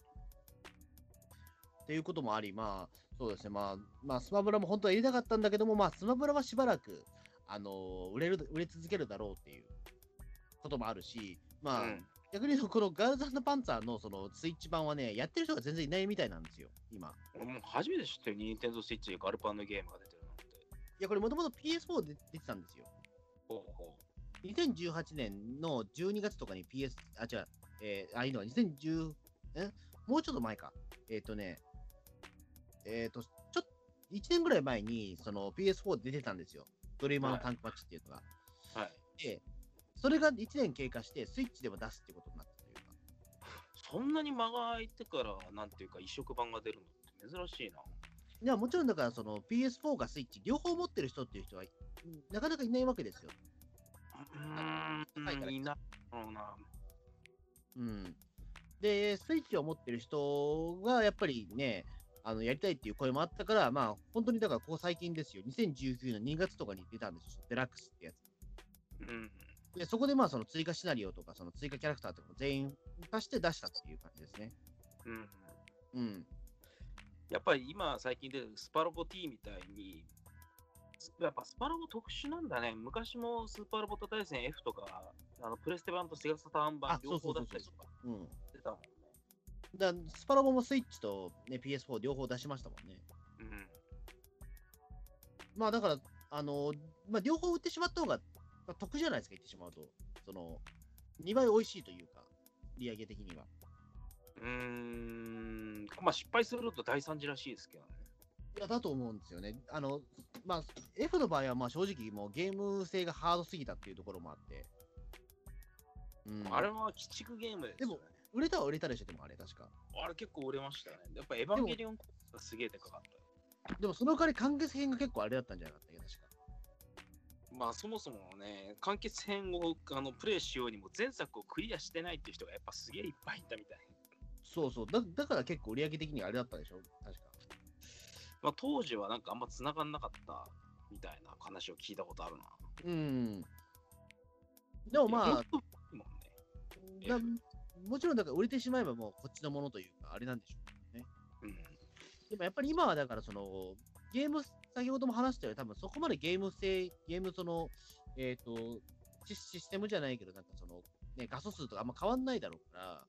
S2: っていうこともあり、まあ、そうですね、まあ、まあ、スマブラも本当は入れたかったんだけども、まあ、スマブラはしばらく、あのー売れる、売れ続けるだろうっていうこともあるし、まあ、
S3: うん
S2: 逆に言うとこのガールズパンツァーのそのスイッチ版はね、やってる人が全然いないみたいなんですよ、今。
S3: 俺もう初めて知ってる、ニンテンドースイッチでガルパンのゲームが出てるなんて。
S2: いや、これもともと ピーエスフォー で出てたんですよ。
S3: ほうほ
S2: にせんじゅうはちねんのじゅうにがつとかに ピーエス、あ、違う、えー、あ、いいのはにせんじゅう、えもうちょっと前か。えっ、とね、えっ、と、ちょっと、いちねんぐらい前に、その ピーエスフォー で出てたんですよ。ドリーマーのタンクマッチっていうのが。
S3: う。はい。
S2: で、それがいちねん経過して、スイッチでも出すってことになったというか。
S3: そんなに間が空いてから、なんていうか、移植版が出るのって珍しいな。
S2: いや、もちろんだから、その ピーエスフォー かスイッチ、両方持ってる人っていう人は、なかなかいないわけですよ。
S3: うー
S2: 高いから
S3: ん、いないだろうな。
S2: うん。で、スイッチを持ってる人が、やっぱりね、あのやりたいっていう声もあったから、まあ、本当にだから、ここ最近ですよ、にせんじゅうきゅうねんのにがつとかに出たんですよ、デラックスってやつ。
S3: うん。
S2: で、そこでまあ、その追加シナリオとか、その追加キャラクターとかも全員足して出したっていう感じですね。
S3: うん。
S2: うん。
S3: やっぱり今、最近でスパロボ T みたいに、やっぱスパロボ特殊なんだね。昔もスーパーロボット対戦 F とか、あのプレステ版とセガサターン版
S2: あ、
S3: 両
S2: そうそうそうそう
S3: 方出したりとか
S2: うん。
S3: してたもんね。
S2: だスパロボもスイッチと、ね、ピーエスフォー 両方出しましたもんね。
S3: うん。
S2: まあ、だから、あのまあ、両方売ってしまった方が、まあ、得じゃないですか、言ってしまうと。その、にばい美味しいというか、売上的には。
S3: うーん。まあ失敗すると大惨事らしいですけどね。
S2: いや、だと思うんですよね。あの、まあ、F の場合は、まあ、正直、もうゲーム性がハードすぎたっていうところもあって。うん、
S3: あれは鬼畜ゲームですよね。
S2: 売れたは売れたでしょ、でもあれ、確か。
S3: あれ結構売れましたね。やっぱエヴァンゲリオンがすげえでかかった。
S2: でも、その代わり完結編が結構あれだったんじゃなかったっけ、確か。
S3: まあそもそもね、完結編をあのプレイしようにも前作をクリアしてないっていう人がやっぱすげえいっぱいいたみたい。
S2: そうそう。だだから結構売上的にはあれだったでしょ、確か。
S3: まあ当時はなんかあんま繋がんなかったみたいな話を聞いたことあるな。
S2: うん。でもまあ、
S3: いや本当いいもんね。
S2: だ
S3: F
S2: もちろんだから売れてしまえばもうこっちのものというか、あれなんでしょうね。
S3: うん。
S2: でもやっぱり今はだからその、ゲーム、先ほども話したように、多分そこまでゲーム性、ゲームその、えっ、とシ、システムじゃないけど、なんかその、ね、画素数とかあんま変わんないだろうから、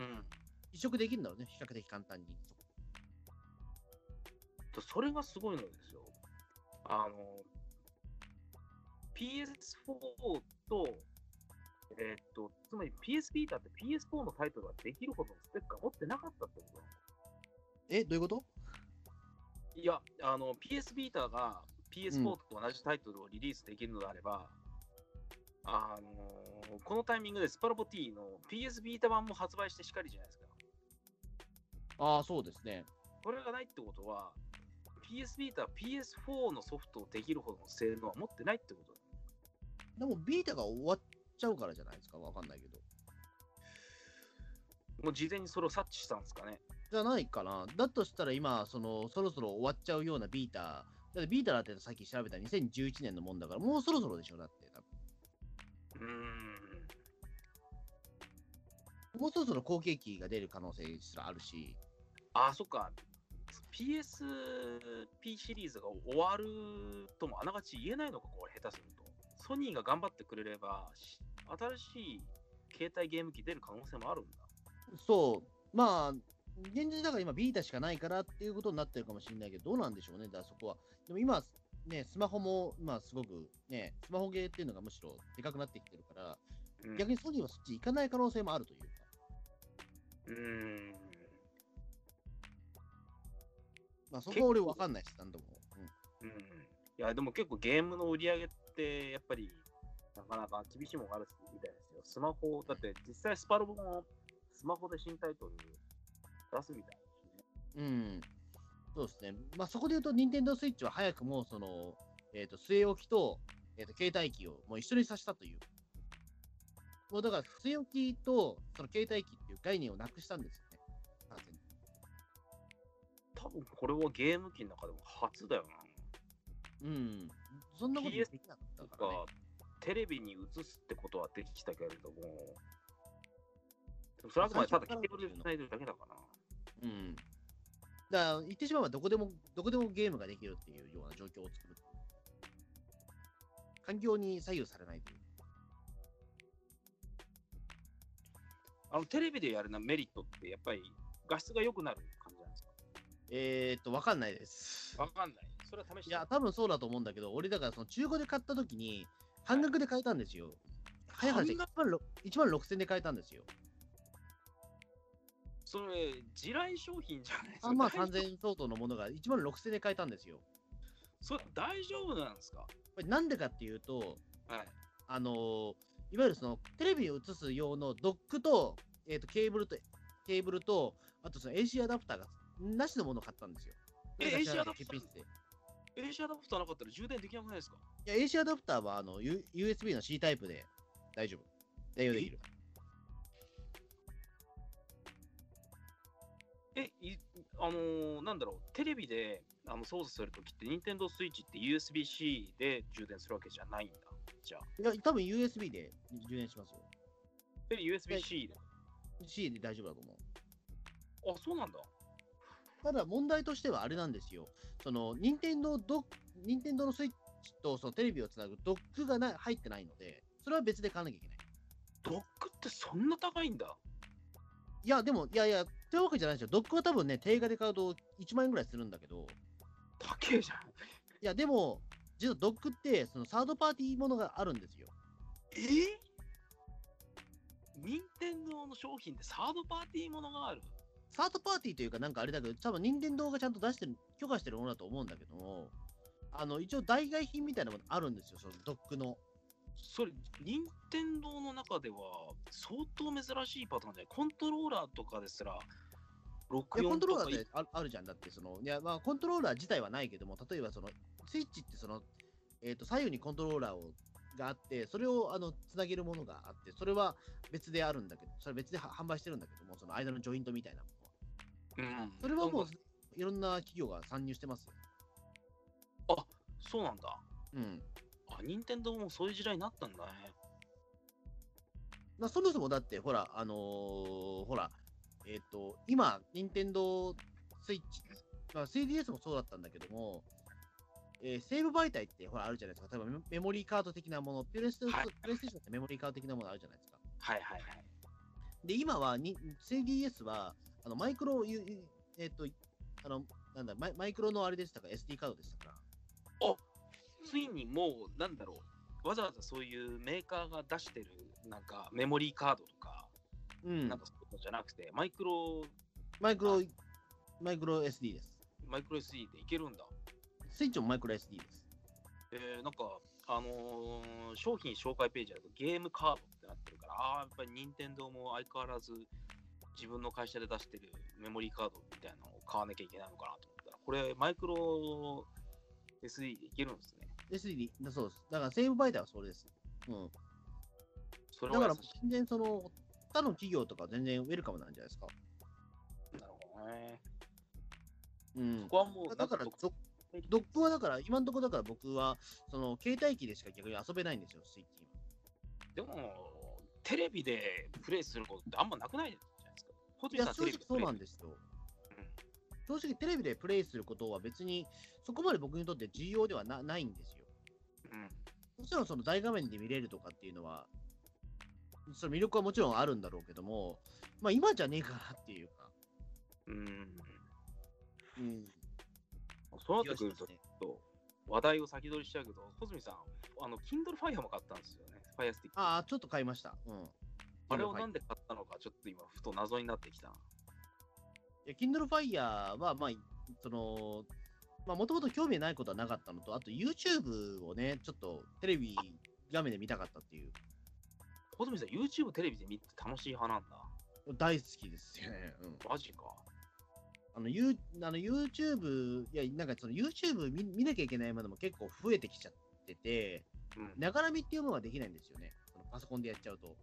S3: うん。
S2: 移植できるんだろうね、比較的簡単に。
S3: とそれがすごいのですよ。あの、ピーエスフォー と、えーっと、つまり ピーエス ビータって ピーエスフォー のタイトルができるほどのスペックが持ってなかったってことなの。
S2: え、どういうこと？
S3: いや、あの、ピーエス ビータが ピーエスフォー と同じタイトルをリリースできるのであれば、あのこのタイミングでスパロボ T の ピーエス ビータ版も発売してしかりじゃないですか。
S2: ああ、そうですね。
S3: これがないってことは、ピーエス ビータは ピーエスフォー のソフトをできるほどの性能は持ってないってことだ。
S2: でも、ビータが終わっちゃうからじゃないですか、わかんないけど。
S3: もう事前にそれを察知したんですかね。
S2: じゃないかな。だとしたら今、その、そろそろ終わっちゃうようなビータ、だってビータだってさっき調べたらにせんじゅういちねんのもんだから、もうそろそろでしょ、だって。多分
S3: うーん。
S2: もうそろそろ後継機が出る可能性すらあるし、
S3: あ、そっか。ピーエスピー シリーズが終わるともあながち言えないのか、これ下手すると。ソニーが頑張ってくれれば、し新しい携帯ゲーム機出る可能性もあるんだ。
S2: そう、まあ、現実だから今ビータしかないからっていうことになってるかもしれないけど、どうなんでしょうね、だからそこは。でも今、ね、スマホも、まあすごくね、スマホゲーっていうのがむしろでかくなってきてるから、
S3: うん、
S2: 逆にソニーはそっち行かない可能性もあるというか。
S3: うーん。
S2: まあそこは俺わかんないし、なんとも。うん
S3: うん。いや、でも結構ゲームの売り上げって、やっぱり、なかなか厳しいものがあるみたいですよ。スマホ、だって実際スパロボもスマホで新タイトル出すみたいですね。
S2: うん、そうですね。まあそこで言うと、ニンテンドースイッチは早くも、その、えっ、と、据え置きと、えっ、と、携帯機をもう一緒にさせたという。もうだから、据え置きと、その携帯機っていう概念をなくしたんですよね。完全に。
S3: 多分これはゲーム機の中でも初だよな。
S2: うん。そんなことで
S3: ピーエス
S2: きなかった
S3: と
S2: からね。
S3: かテレビに映すってことはできたけれども、でもそれはあくまでただケーブルでつないでるだけだから。
S2: うん。だから言ってしまえばどこでもどこでもゲームができるっていうような状況を作る。環境に左右されないという。
S3: あのテレビでやるなメリットってやっぱり画質が良くなる感じなんですか？
S2: えーっと、わかんないです。
S3: わかんない。それは試して。
S2: いや、多分そうだと思うんだけど、俺だからその中古で買った時に半額で買えたんですよ。早い話、
S3: 半
S2: いちまんろくせんで買えたんですよ。
S3: それ、地雷商品じゃないですか。
S2: さんまん
S3: 大丈夫
S2: さんぜんえん相当のものがいちまんろくせんで買えたんですよ。
S3: それ大丈夫なんですか？
S2: これなんでかっていうと、
S3: はい。
S2: あのーいわゆるそのテレビを映す用のドックと、えー、とケーブルと、ケーブルと、あとその エーシー アダプターがなしのものを買ったんですよ。
S3: え、
S2: なんか知らない
S3: エーシー アダプター
S2: 欠品室で。
S3: エーシー アダプターなかったら充電できなくないですか？
S2: いや、エーシー アダプターはあの ユーエスビー の C タイプで大丈夫。代用できる。
S3: え、いあのーなんだろう、テレビであの操作するときって、Nintendo Switch って ユーエスビーC で充電するわけじゃないんだ。じゃあ。
S2: いや、多分 ユーエスビー で充電しますよ。
S3: え、ユーエスビーC で。
S2: C で大丈夫だと思う。
S3: あ、そうなんだ。
S2: ただ問題としてはあれなんですよ。その、任天堂ド任天堂のスイッチとそのテレビをつなぐドックがな入ってないので、それは別で買わなきゃいけない。
S3: ドックってそんな高いんだ。
S2: いや、でも、いやいや、というわけじゃないですよ。ドックは多分ね、定価で買うといちまんえんぐらいするんだけど、
S3: 高えじゃん。
S2: いや、でも、実はドックって、そのサードパーティーものがあるんですよ。
S3: え任天堂の商品でサードパーティーものがある？
S2: サードパーティーというか、なんかあれだけど、多分任天堂がちゃんと出してる、許可してるものだと思うんだけども、あの、一応代替品みたいなものあるんですよ、そのドックの。
S3: それ、任天堂の中では相当珍しいパターンじゃない？コントローラーとかですら、
S2: いや、
S3: ろく
S2: コント
S3: よんとか
S2: ローラーってああるじゃん。だって、その、いや、まあ、コントローラー自体はないけども、例えばその、スイッチってその、えっ、と、左右にコントローラーをがあって、それをあのつなげるものがあって、それは別であるんだけど、それ別では販売してるんだけども、その間のジョイントみたいなものは。
S3: うん。
S2: それはもう
S3: なんか、
S2: いろんな企業が参入してますよ。
S3: あ、そうなんだ。
S2: うん。
S3: あ、任天堂もそういう時代になったんだね。
S2: まあ、そもそもだって、ほら、あのーほら、えっ、と、今、任天堂スイッチ、まあ、スリーディーエス もそうだったんだけども、えーセーブ媒体ってほらあるじゃないですか。例えばメメモリーカード的なもの、プレイステ
S3: はい
S2: プレイステーションってメモリーカード的なものあるじゃないですか。
S3: はいはいはい。
S2: で、今はに スリーディーエス は、あのマイクロ、ゆゆえっ、と、あの、なんだマイ、マイクロのあれでしたから、エスディー カードでしたから。
S3: ついにもう、なんだろう、わざわざそういうメーカーが出してる、なんかメモリーカードとか、
S2: うん
S3: なんかそういうのじゃなくて、マイクロ、
S2: マイクロ、マイクロ エスディー です。
S3: マイクロ エスディー でいけるんだ。
S2: スイッチもマイクロ エスディー です。
S3: えー、なんか、あのー商品紹介ページだとゲームカードってなってるから、ああ、やっぱり任天堂も相変わらず自分の会社で出してるメモリーカードみたいなのを買わなきゃいけないのかなと思ったら、これマイクロ エスディー でいけるんですね。
S2: エスディー だそうです。だからセーブ媒体はそれです。うん。
S3: それ
S2: だから
S3: は優しい。
S2: 全然その、他の企業とか全然ウェルカムなんじゃないですか。
S3: なるほどね。
S2: うん
S3: そ。こはもう、
S2: だから
S3: なん
S2: ド、ドックはだから、今のところだから僕は、その、携帯機でしか逆に遊べないんですよ、スイッチ
S3: でも、テレビでプレイすることってあんまなくないじゃないですか。ホテ
S2: 今。いや、
S3: ルさんテレビ
S2: 正直そうなん
S3: で
S2: ですよ。
S3: プレイ
S2: 正直テレビでプレイすることは別に、そこまで僕にとって重要ではなないんですよ。
S3: うん。うん。
S2: もちろんその大画面で見れるとかっていうのは、その魅力はもちろんあるんだろうけども、まあ今じゃねえかなっていうか。
S3: うん。
S2: うん。
S3: そうなってくると、
S2: 気がしますね
S3: と話題を先取りしちゃうけど、小泉さん、あの、Kindle Fire も買ったんですよね。Fire Stick。
S2: ああ、ちょっと買いました。うん。
S3: あれをなんで買ったのか、ちょっと今、ふと謎になってきた。
S2: いや Kindle Fire は、まあ、その、まあ、もともと興味ないことはなかったのと、あと YouTube をね、ちょっとテレビ画面で見たかったっていう、
S3: 小泉さん、YouTube テレビで見て楽しい派なんだ。
S2: 大好きですよね。うん。
S3: マジか。
S2: あの、ユーあの YouTube、いや、なんかその YouTube 見見なきゃいけないものも結構増えてきちゃってて、
S3: うん。
S2: ながら見っていうものができないんですよね。そのパソコンでやっちゃうと。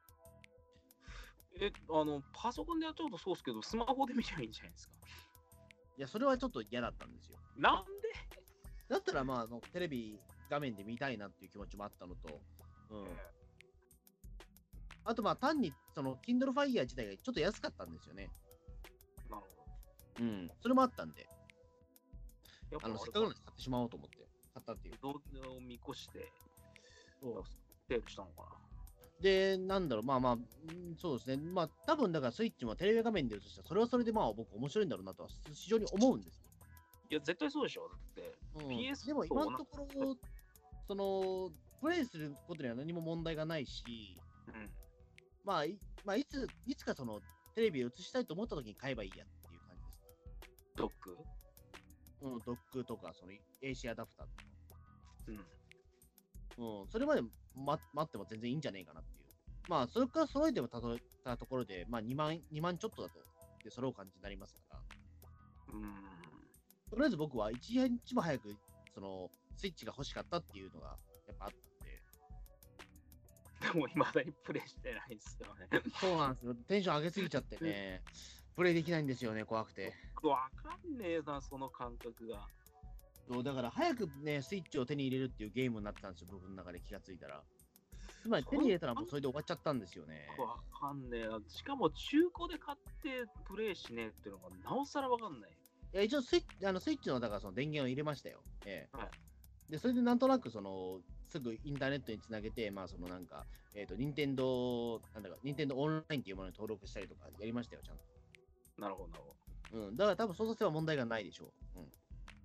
S3: え、あの、パソコンでやっちゃうとそうですけど、スマホで見ればいいんじゃないですか。
S2: いや、それはちょっと嫌だったんですよ。
S3: なんで？
S2: だったら、まあ、あのテレビ画面で見たいなっていう気持ちもあったのと、うん。あと、まあ、単に、その、Kindle Fire 自体がちょっと安かったんですよね。
S3: なるほ
S2: うん。それもあったんで、
S3: ど。やっぱ
S2: あの、せっかくなので買ってしまおうと思って、買ったっていう。
S3: 動機を見越して、
S2: そう
S3: セールしたのかな。
S2: で、なんだろう、まあまあ、うんそうですね。まあ、多分だからスイッチもテレビ画面で映したら、それはそれでまあ僕面白いんだろうなとは非常に思うんですよ。
S3: いや、絶対そうでしょ。だって、
S2: うん、
S3: ピーエス
S2: でも今のとこ
S3: ろ、
S2: ろ、その、プレイすることには何も問題がないし、
S3: うん、
S2: まあ、いまあ、いつ、いつかその、テレビを映したいと思った時に買えばいいやっていう感じです。
S3: ドック、
S2: うん、ドックとか、その エーシー アダプターとか。
S3: うん、
S2: うん、それまで、ま、待っても全然いいんじゃねえかなっていう。まあ、それから揃えてもたとたところで、まあ、にまん、にまんちょっとだと、で、揃う感じになりますから、
S3: うん。
S2: とりあえず僕は一日も早く、その、スイッチが欲しかったっていうのが、やっぱあったんで。
S3: でも、未だにプレイしてないんですよね。
S2: そうなんですよ。テンション上げすぎちゃってね、プレイできないんですよね、怖くて。
S3: わかんねえな、その感覚が。
S2: そうだから早くね、スイッチを手に入れるっていうゲームになってたんですよ、僕の中で気がついたら。つまり手に入れたらもうそれで終わっちゃったんですよね。
S3: わかんねえな。しかも中古で買ってプレイしねえっていうのがなおさらわかんない。
S2: いや、一応スイッチ、あのスイッチのだからその電源を入れましたよ。ええ
S3: はい
S2: で、それでなんとなくその、すぐインターネットにつなげて、まあそのなんか、えっ、と、任天堂、なんだか、任天堂オンラインっていうものに登録したりとかやりましたよ、ちゃんと。
S3: なるほど、なるほ
S2: うん、だから多分操作性は問題がないでしょう。うん。
S3: ど。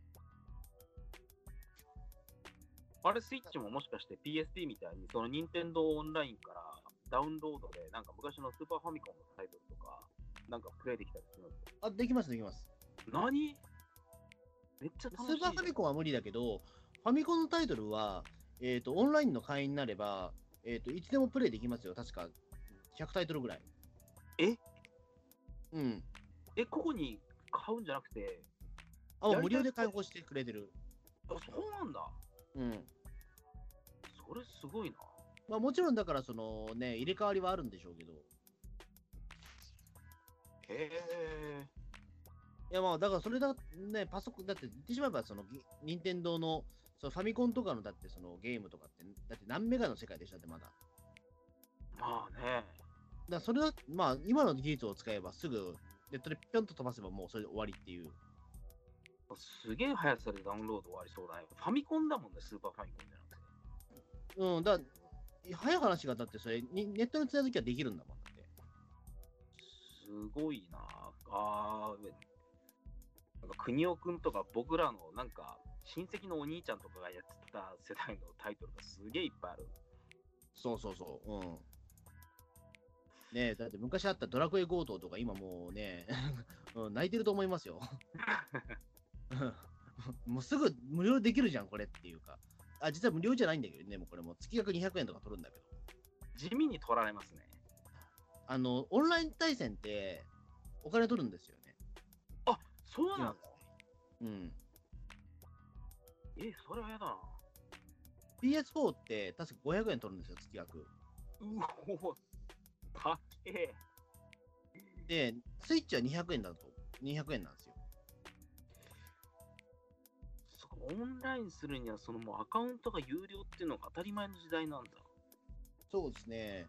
S3: あれ、スイッチももしかして ピーエスピー みたいに、その任天堂オンラインからダウンロードで、なんか昔のスーパーファミコンのタイトルとか、なんかプレイできたりするんですか？
S2: あ、できます、できます。
S3: 何めっちゃ楽しい。
S2: スーパーファミコンは無理だけど、ファミコンのタイトルは、えっ、と、オンラインの会員になれば、えっ、と、いつでもプレイできますよ。確かひゃくタイトルぐらい。
S3: え
S2: うん。
S3: え、ここに買うんじゃなくて、
S2: あ、もう無
S3: やりたい
S2: 料で開放してくれてる。
S3: あ、そうなんだ。
S2: うん。
S3: それすごいな。
S2: まあもちろんだからそのね、入れ替わりはあるんでしょうけど。
S3: へえ。
S2: いやまあだからそれだね、パソコン、だって言ってしまえばその、ぎ任天堂のそのファミコンとかのだってそのゲームとかって、だって何メガの世界でしたってまだ。
S3: まあね。
S2: だからそれだ、まあ今の技術を使えばすぐネットでピョンと飛ばせばもうそれで終わりっていう。
S3: すげえ速さでダウンロード終わりそうだね。ファミコンだもんね、スーパーファミコンじゃなくて。
S2: うん、だ早い話がだってそれにネットにつないだ時はできるんだもんだって。
S3: すごいな。あー、なんか国尾くんとか僕らのなんか親戚のお兄ちゃんとかがやってた世代のタイトルがすげえいっぱいある。
S2: そうそうそう。うん。ねえ、だって昔あったドラクエ強盗とか今もうね、うん、泣いてると思いますよ。もうすぐ無料でできるじゃん、これっていうか。あ、実は無料じゃないんだけどね、もうこれも月額にひゃくえんとか取るんだけど。
S3: 地味に取られますね。
S2: あの、オンライン対戦ってお金取るんですよね。
S3: あ、そうなの？
S2: うん。
S3: え、それはやだな。
S2: ピーエスフォー って確かごひゃくえん取るんですよ、月額。
S3: うお、高え。
S2: で、スイッチはにひゃくえんだと、にひゃくえんなんですよ。
S3: そっか、オンラインするにはそのもうアカウントが有料っていうのが当たり前の時代なんだ。
S2: そうですね。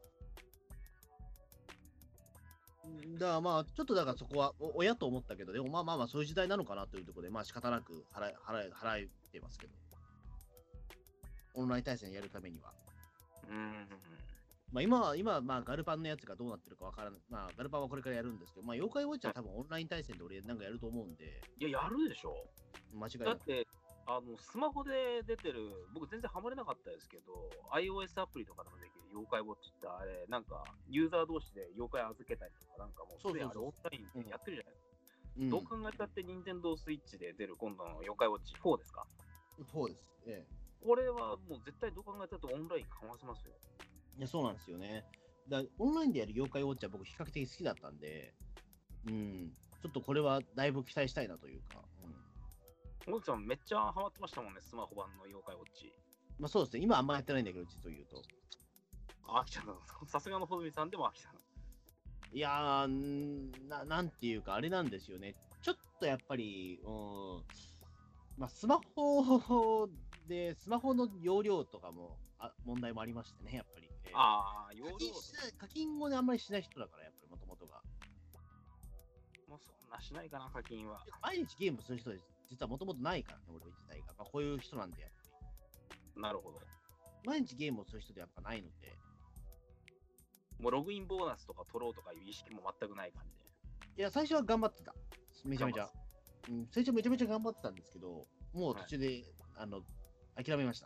S2: だからまあ、ちょっとだからそこはお親と思ったけど、でもまあまあまあ、そういう時代なのかなというところで、まあ仕方なく払い払い払えてますけど、オンライン対戦やるためには。
S3: うーん。
S2: まあ今は、今はまあガルパンのやつがどうなってるかわからない。まあガルパンはこれからやるんですけど、まあ妖怪ウォッチは多分オンライン対戦で俺なんかやると思うんで、
S3: いや、やるでしょ。
S2: 間違いなく。
S3: だって、あのスマホで出てる、僕全然ハマれなかったですけど、iOS アプリとかでもできる妖怪ウォッチってあれ、なんかユーザー同士で妖怪預けたりとか、なんかもう
S2: そうそうそう
S3: すでにあれオンラインでやってるじゃないですか。
S2: うん、
S3: どう考えたって任天堂スイッチで出る今度の妖怪ウォッチフォーですか？
S2: そうです。ええ。
S3: これはもう絶対どう考えたってオンラインかませますよ。
S2: いや、そうなんですよね。だオンラインでやる妖怪ウォッチは僕比較的好きだったんで、うん、ちょっとこれはだいぶ期待したいなというか、うん、
S3: モさんめっちゃハマってましたもんね、スマホ版の妖怪ウォッチ。
S2: まあそうですね、今あんまやってないんだけど、実を言うと。
S3: あきちゃんの、さすがのほずみさんでもあきちゃん。
S2: いやーな、なんていうか、あれなんですよね。ちょっとやっぱり、うん、 まあ、スマホで、スマホの容量とかもあ問題もありましてね、やっぱり。えー
S3: ああ、容量
S2: 課金しない課金をね、あんまりしない人だから、やっぱりもともとが。
S3: もうそんなしないかな、課金は。
S2: 毎日ゲームする人で、実はもともとないからね、俺自体が。まあ、こういう人なんで、やっぱり。
S3: なるほど。
S2: 毎日ゲームをする人でやっぱないので。
S3: もうログインボーナスとか取ろうとかいう意識も全くない感じで。
S2: いや、最初は頑張ってた。めちゃめちゃ。うん、最初めちゃめちゃ頑張ってたんですけど、もう途中で、はい、あの、諦めました。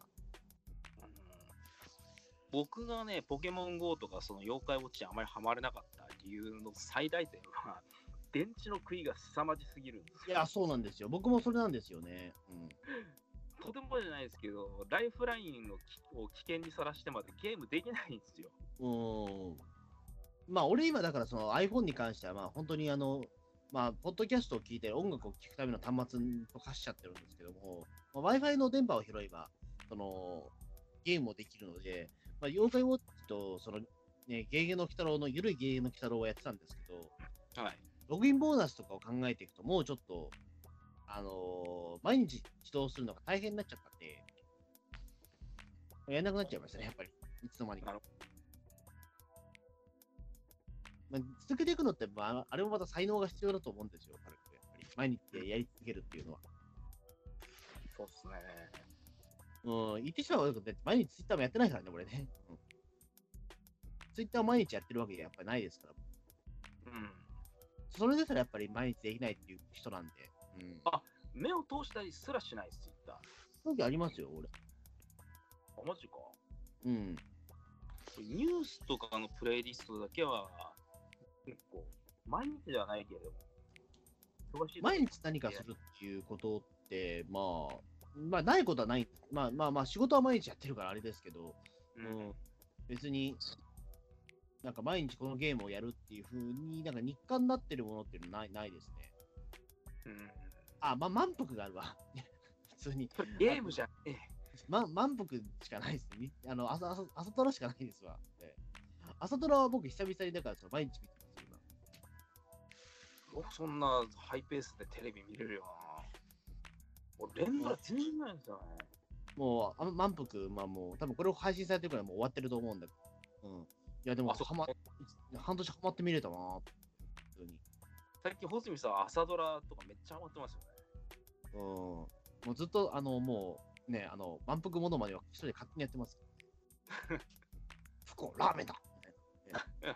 S3: 僕がね、ポケモン ゴー とかその妖怪ウォッチにあまりハマれなかった理由の最大点は、電池の食いが凄まじすぎるんです
S2: よ。いや、そうなんですよ。僕もそれなんですよね。うん、
S3: とてもじゃないですけど、ライフラインを危険にさらしてまでゲームできないんですよ。
S2: うん。まあ、俺今だからその iPhone に関しては、まあ、本当にあの、まあ、ポッドキャストを聞いて音楽を聴くための端末と化しちゃってるんですけども、まあ、Wi-Fi の電波を拾えば、その、ゲームもできるので、まあ、妖怪ウォッチと、その、ね、ゲーゲの鬼太郎のゆるいゲーゲの鬼太郎をやってたんですけど、はい、ログインボーナスとかを考えていくと、もうちょっと、あのー、毎日起動するのが大変になっちゃったんで、やんなくなっちゃいましたね、やっぱり。いつの間にか。まあ、続けていくのって、まあ、あれもまた才能が必要だと思うんですよ、やっぱり。毎日やり続けるっていうのは。
S3: そうっすね。
S2: うん、言ってしまうと、毎日ツイッターもやってないからね、俺ね。うん、ツイッターを毎日やってるわけじゃやっぱりないですから。うん。それですらやっぱり毎日できないっていう人なんで。うん、
S3: あ、目を通したりすらしないです、ツイッター。
S2: そういう時ありますよ、俺。
S3: あ、マジか。
S2: うん。
S3: ニュースとかのプレイリストだけは、結構、毎日ではないけれども、
S2: 毎日何かするっていうことって、まあ、まあ、ないことはない。まあまあまあ、仕事は毎日やってるからあれですけど、うん、別に、なんか毎日このゲームをやるっていう風に、なんか日課になってるものっていうのはないないですね。うん。あ、まあ、満腹があるわ。普通に。
S3: ゲームじゃん。ええ。
S2: ま、満腹しかないですね。あの、朝、朝、朝ドラしかないですわ。朝ドラは僕久々にだからその毎日見てます、今。
S3: 僕そんなハイペースでテレビ見れるよな。俺連ドラ全然ないんですよね。
S2: もう、あ満腹、まあもう、多分これを配信されてるからもう終わってると思うんだけど。うん。いやでも、はま、半年ハマって見れたなぁ。普通に。
S3: 最近、穂積さんは朝ドラとかめっちゃハマってますよね。
S2: うん。もうずっと、あの、もう、ね、あの、満腹ものまでは一人で勝手にやってます。不幸、ラーメンだみたいな。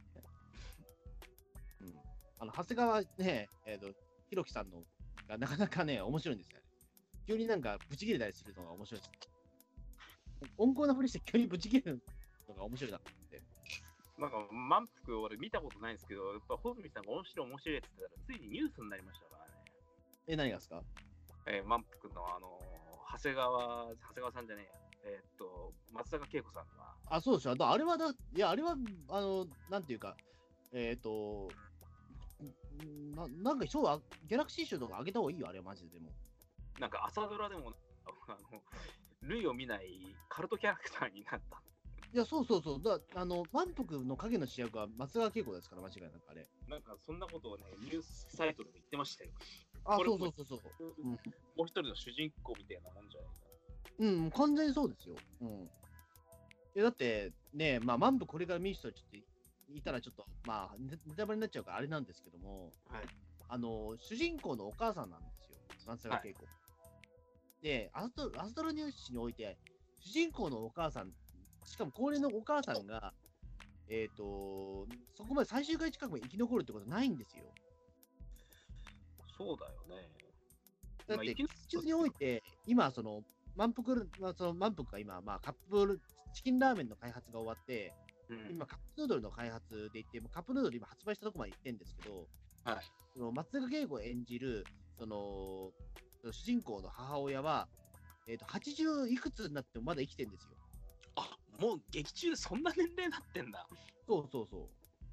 S2: うん。あの、長谷川ね、えっと、ひろきさんのがなかなかね、面白いんですよね。急になんかブチ切れたりするのが面白いです。温厚なふりして急にブチ切れるのが面白いなって。
S3: なんか満腹俺見たことないんですけど、やっぱ穂積さんが面白い面白いって言ってたら、ついにニュースになりましたからね。
S2: え、何がですか？
S3: えー、満腹のあのー、長谷川、長谷川さんじゃねえや。えー、っと、松坂慶子さんが。
S2: あ、そうですよ。あれはだ、いや、あれは、あの、なんていうか、えっ、ー、と、ななんか、賞は、ギャラクシー賞とか上げた方がいいよ、あれはマジで。でも。
S3: なんか朝ドラでも、あの、類を見ないカルトキャラクターになった。
S2: いや、そうそうそう。だあの、満腹の影の主役は松川慶子ですから、間違いなくあれ。
S3: なんか、そんなことをね、ニュースサイトでも言ってましたよ。
S2: あ、そうそうそうそう。
S3: うん、もう一人の主人公みたいなもんじゃないか
S2: な。うん、完全にそうですよ。うん。いや、だって、ね、まあ、満腹これから見る人ちょっといたら、ちょっと、まあ、ネタバレになっちゃうからあれなんですけども、はい、あの、主人公のお母さんなんですよ。松坂慶子。はい、で、アストアストロニュースにおいて、主人公のお母さん、しかも高齢のお母さんが、えっ、ー、と、そこまで最終回近くまで生き残るってことないんですよ。
S3: そうだよね。
S2: だって、技術において、今、その、満腹、まあ、その満腹が今、まあ、カップチキンラーメンの開発が終わって、うん、今、カップヌードルの開発でいって、カップヌードル今発売したとこまで行ってるんですけど、はい、その松坂慶子を演じる、その、主人公の母親は、えーと、はちじゅういくつになってもまだ生きてるんですよ。
S3: あ、もう劇中でそんな年齢になってんだ。
S2: そうそうそう。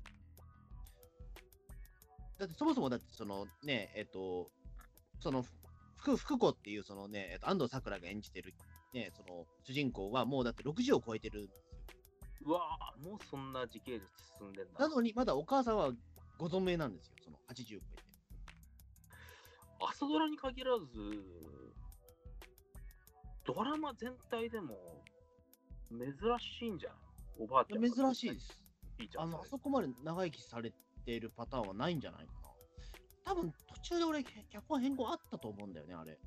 S2: だってそもそもだってそのね、えっ、ー、と、その福福子っていうそのね、えー、と安藤サクラが演じてるね、その主人公はもうだってろくじゅうを超えてるんですよ。
S3: うわぁ、もうそんな時系列進んでんだ。
S2: なのにまだお母さんはご存命なんですよ、そのはちじゅう超えて。
S3: 朝ドラに限らず、 ドラマ全体でも珍しいんじゃない？おばあちゃんが
S2: 珍しいです。
S3: フィーチャーされる
S2: あの、あそこまで長生きされているパターンはないんじゃないかな。多分途中で俺、脚本変更あったと思うんだよね、あれ。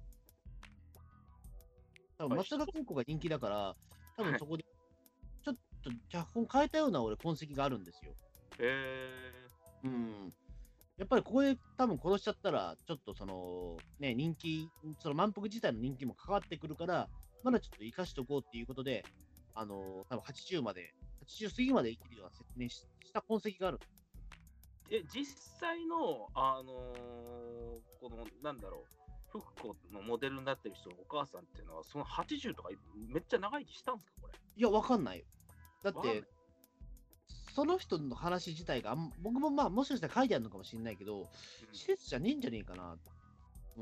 S2: 多分
S3: はい
S2: 松坂慶子が人気だから、多分そこでちょっと脚本変えたような俺痕跡があるんですよ。
S3: へ
S2: うん。やっぱりここで多分殺しちゃったら、ちょっとその、ね、人気、その満腹自体の人気も関わってくるから、まだちょっと生かしとこうっていうことで、あのー、多分はちじゅうまで、はちじゅう過ぎまで生きるような説明しした痕跡がある。
S3: ーえ、実際の、あのーこの、なんだろう、福子のモデルになってる人のお母さんっていうのは、そのはちじゅうとかめっちゃ長生きしたんですか、これ。
S2: いや、わかんないよ。だっ
S3: わかんない
S2: て、その人の話自体があん、僕もまあ、もしかしたら書いてあるのかもしれないけど、施設じゃねえんじゃねえかな。うん。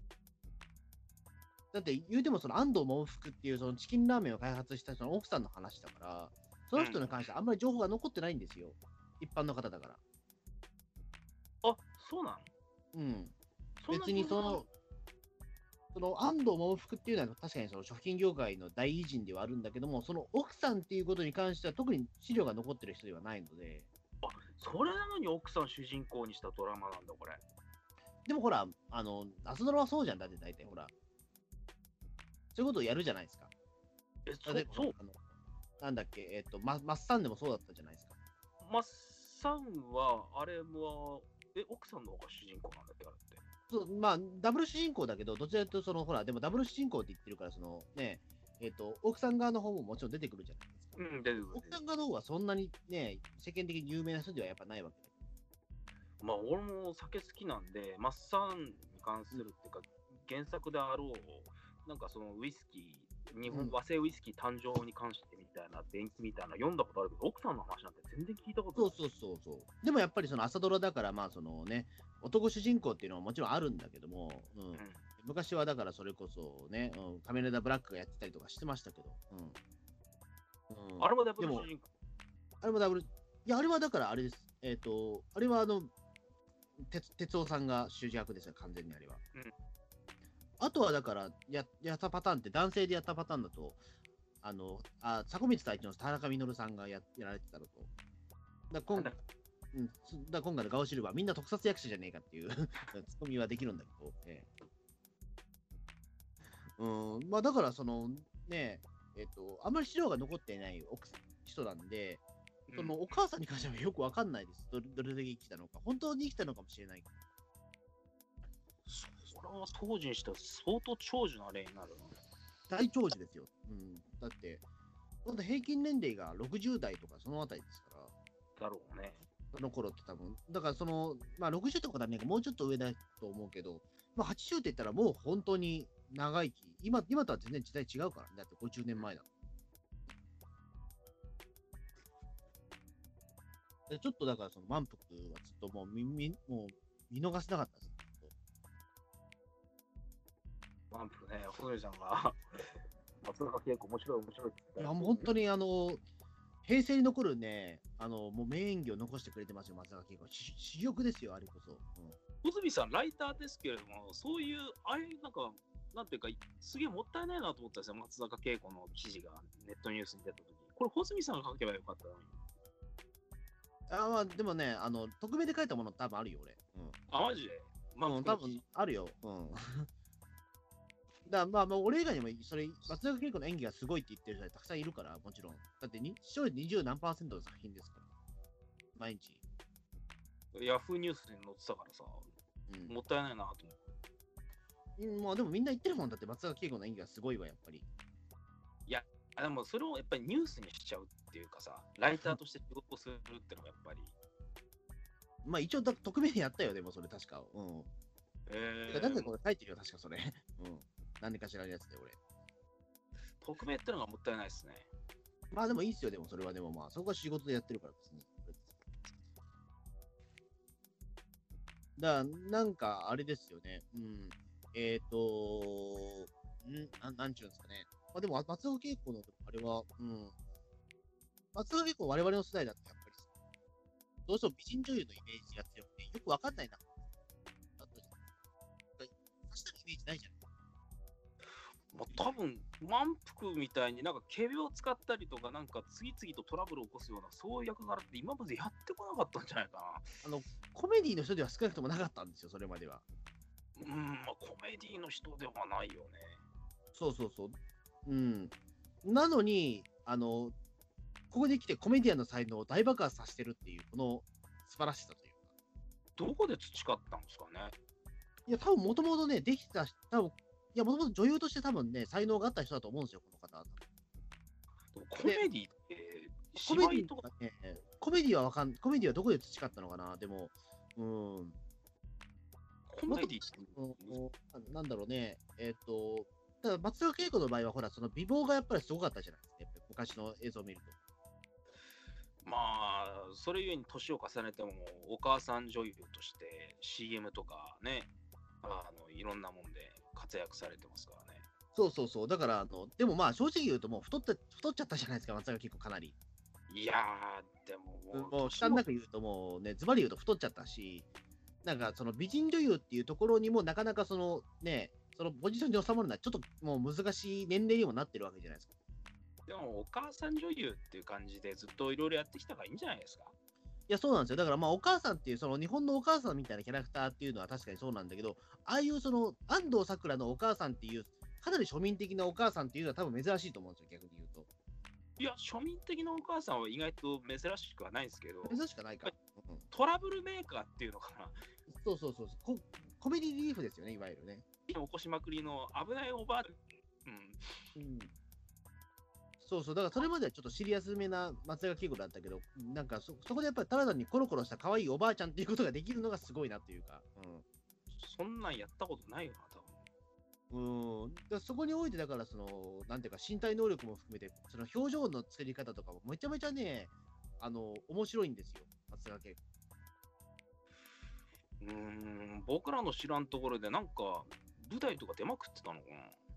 S2: だって言うてもその安藤桃福っていうそのチキンラーメンを開発したその奥さんの話だから、その人に関してはあんまり情報が残ってないんですよ。一般の方だから。
S3: あ、そうなの？
S2: うん。
S3: そんな
S2: 別にその、その安藤桃福っていうのは確かにその食品業界の大偉人ではあるんだけども、その奥さんっていうことに関しては特に資料が残ってる人ではないので、
S3: それなのに奥さん主人公にしたドラマなんだ、これ。
S2: でもほら、あの、朝ドラはそうじゃんだって大体ほら。そういうことをやるじゃないですか。
S3: え、そ
S2: 例えば
S3: そう。
S2: あのなんだっけ、えっ、と、ま、マッサンでもそうだったじゃないですか。
S3: マッサンは、あれは、え、奥さんの方が主人公なんだっけ、あれって。
S2: そうまあ、ダブル主人公だけど、どちらかというと、その、ほら、でもダブル主人公って言ってるから、その、ね、えっ、と、奥さん側の方ももちろん出てくるじゃないですか。
S3: うん、出てくる。
S2: 奥さん側の方はそんなにね、世間的に有名な人ではやっぱないわけで。
S3: まあ、俺も酒好きなんで、マッサンに関するっていうか、原作であろう、なんかそのウイスキー、日本、
S2: うん
S3: 和製ウイスキー誕生に関してみたいな、伝記みたいな、読んだことあるけど、奥さんの話なんて全然聞いたことない。
S2: そうそうそうそう。でもやっぱりその朝ドラだから、まあそのね、男主人公っていうのはもちろんあるんだけども、うん
S3: うん、
S2: 昔はだからそれこそね、うん、カメラダブラックがやってたりとかしてましたけど、うん。うん、
S3: あれもダブル
S2: でも
S3: 主人公。
S2: あれもダブル、いや、あれはだからあれです。えっ、と、あれはあの、鉄哲夫さんが主役ですよ、完全にあれは。
S3: うん
S2: あとはだからや、やったパターンって男性でやったパターンだと、あの、あ迫光隊長の田中稔さんがややられてたのと、だ今
S3: なんだ
S2: うん、すだ今回のガオシルバー、みんな特撮役者じゃねえかっていうツッコミはできるんだけど、ええ、うん、まあだからそのね、えっ、と、あんまり資料が残っていない奥さん人なんで、そのお母さんに関してはよくわかんないです。どれどれだけ生きたのか。本当に生きたのかもしれない。
S3: それは当時にしては相当長寿な例になるな。
S2: 大長寿ですよ。うん。だって、ほんと平均年齢がろくじゅう代とかそのあたりですから、
S3: だろうね。
S2: その頃って多分、だからその、まあろくじゅうとかだね、もうちょっと上だと思うけど、まあはちじゅうって言ったらもう本当に長生き。今、今とは全然時代違うからね。だってごじゅうねんまえだ。でちょっとだからその満腹はずっともう見見もう見逃せなかったです。
S3: ワンプね、細井さんが松坂慶子面白い面白いって言ったら
S2: いやもう本当にあの、平成に残るね、あの、もう名演技を残してくれてますよ、松坂慶子。し主力ですよ、あれこそ。うん
S3: 小泉さん、ライターですけれども、そういう、ああいうなんか、なんていうか、すげえもったいないなと思ったんですよ、松坂慶子の記事がネットニュースに出たとき。これ、小泉さんが書けばよかったのに。
S2: あまあ、でもね、あの、匿名で書いたもの多分あるよ、俺。うん。
S3: あ、マジでまあ、
S2: うん、多分あるよ。うん。だからまあ、まあ、俺以外にも、それ、松坂慶子の演技がすごいって言ってる人はたくさんいるから、もちろん。だってに、視聴率にじゅう何パーセントの作品ですから。毎日。
S3: ヤフーニュースに載ってたからさ、
S2: うん
S3: もったいないなと思って。
S2: うん。まあ、でもみんな言ってるもんだって、松坂慶子の演技がすごいわ、やっぱり。
S3: あでも、それをやっぱりニュースにしちゃうっていうかさ、ライターとして仕事するってのがやっぱり。
S2: まあ、一応だ、匿名でやったよ、でもそれ確か。うん。
S3: え
S2: てかなんでこれ書いてるよ、確かそれ。うん。なんでか知らないやつで、俺。
S3: 匿名ってのがもったいないですね。
S2: まあでもいいっすよ、でもそれはでもまあ、そこは仕事でやってるから別に。だから、なんかあれですよね。うん。えっ、ー、とんな、なんちゅうんですかね。まあでも、松尾慶子の、あれは、うん。松尾慶子我々の世代だとやっぱり、どうしても美人女優のイメージが強くて、よくわかんないな。だと確かにイメージないじゃん。
S3: まあ、 多分満腹みたいになんか仮病を使ったりとか、なんか次々とトラブルを起こすような、そういう役柄って今までやってこなかったんじゃないか
S2: あの、コメディの人では少なくともなかったんですよ、それまでは。
S3: な。うん、まあ、コメディの人ではないよね。
S2: そうそうそう。うん。なのに、あの、ここに来てコメディアンの才能を大爆発させてるっていう、この素晴らしさというか。
S3: どこで培ったんですかね。
S2: いや、多分もともとね、できたし、多分いや、もともと女優として多分ね、才能があった人だと思うんですよ、この方は。
S3: でもコメディって
S2: コメデ
S3: 芝居とか、
S2: ィとかね、コメディはわかん、コメディはどこで培ったのかな、でも、うん、
S3: コメディって
S2: うんななんだろうね、えっ、と、ただ松坂慶子の場合は、ほら、その美貌がやっぱりすごかったじゃないですか、やっぱり昔の映像を見ると。
S3: まあ、それゆえに年を重ねても、お母さん女優として シーエム とかね、あのいろんなもんで活躍されてますからね。
S2: そうそうそう、だから、あのでもまあ、正直言うと、もう太った太っちゃったじゃないですか、松坂慶子かなり。
S3: いやー、でももう、
S2: もう、負担なく言うと、もうね、ズバリ言うと太っちゃったし、なんかその美人女優っていうところにもなかなかそのね、そのポジションに収まるのはちょっともう難しい年齢にもなってるわけじゃないですか。
S3: でもお母さん女優っていう感じでずっといろいろやってきたからいいんじゃないですか。
S2: いや、そうなんですよ。だからまあお母さんっていう、その日本のお母さんみたいなキャラクターっていうのは確かにそうなんだけど、ああいうその安藤サクラのお母さんっていう、かなり庶民的なお母さんっていうのは多分珍しいと思うんですよ、逆に言うと。
S3: いや、庶民的なお母さんは意外と珍しくはないですけど、
S2: 珍しくないか。うん、
S3: トラブルメーカーっていうのかな、
S2: そうそうそうコ。コメディリリーフですよね、いわゆるね。
S3: 起こしまくりの危ないおばあ、うん、
S2: うん、そうそう、だからそれまではちょっとシリアスめな松坂慶子だったけど、なんかそそこでやっぱりただ単にコロコロした可愛いおばあちゃんっていうことができるのがすごいなっていうか。うん
S3: そんなんやったことないよな、多分。
S2: うん、だそこにおいて、だからその、なんていうか、身体能力も含めて、その表情の作り方とかもめちゃめちゃね、あの、面白いんですよ、松坂慶子。
S3: うーん、僕らの知らんところでなんか舞台とか出まくってたのかな。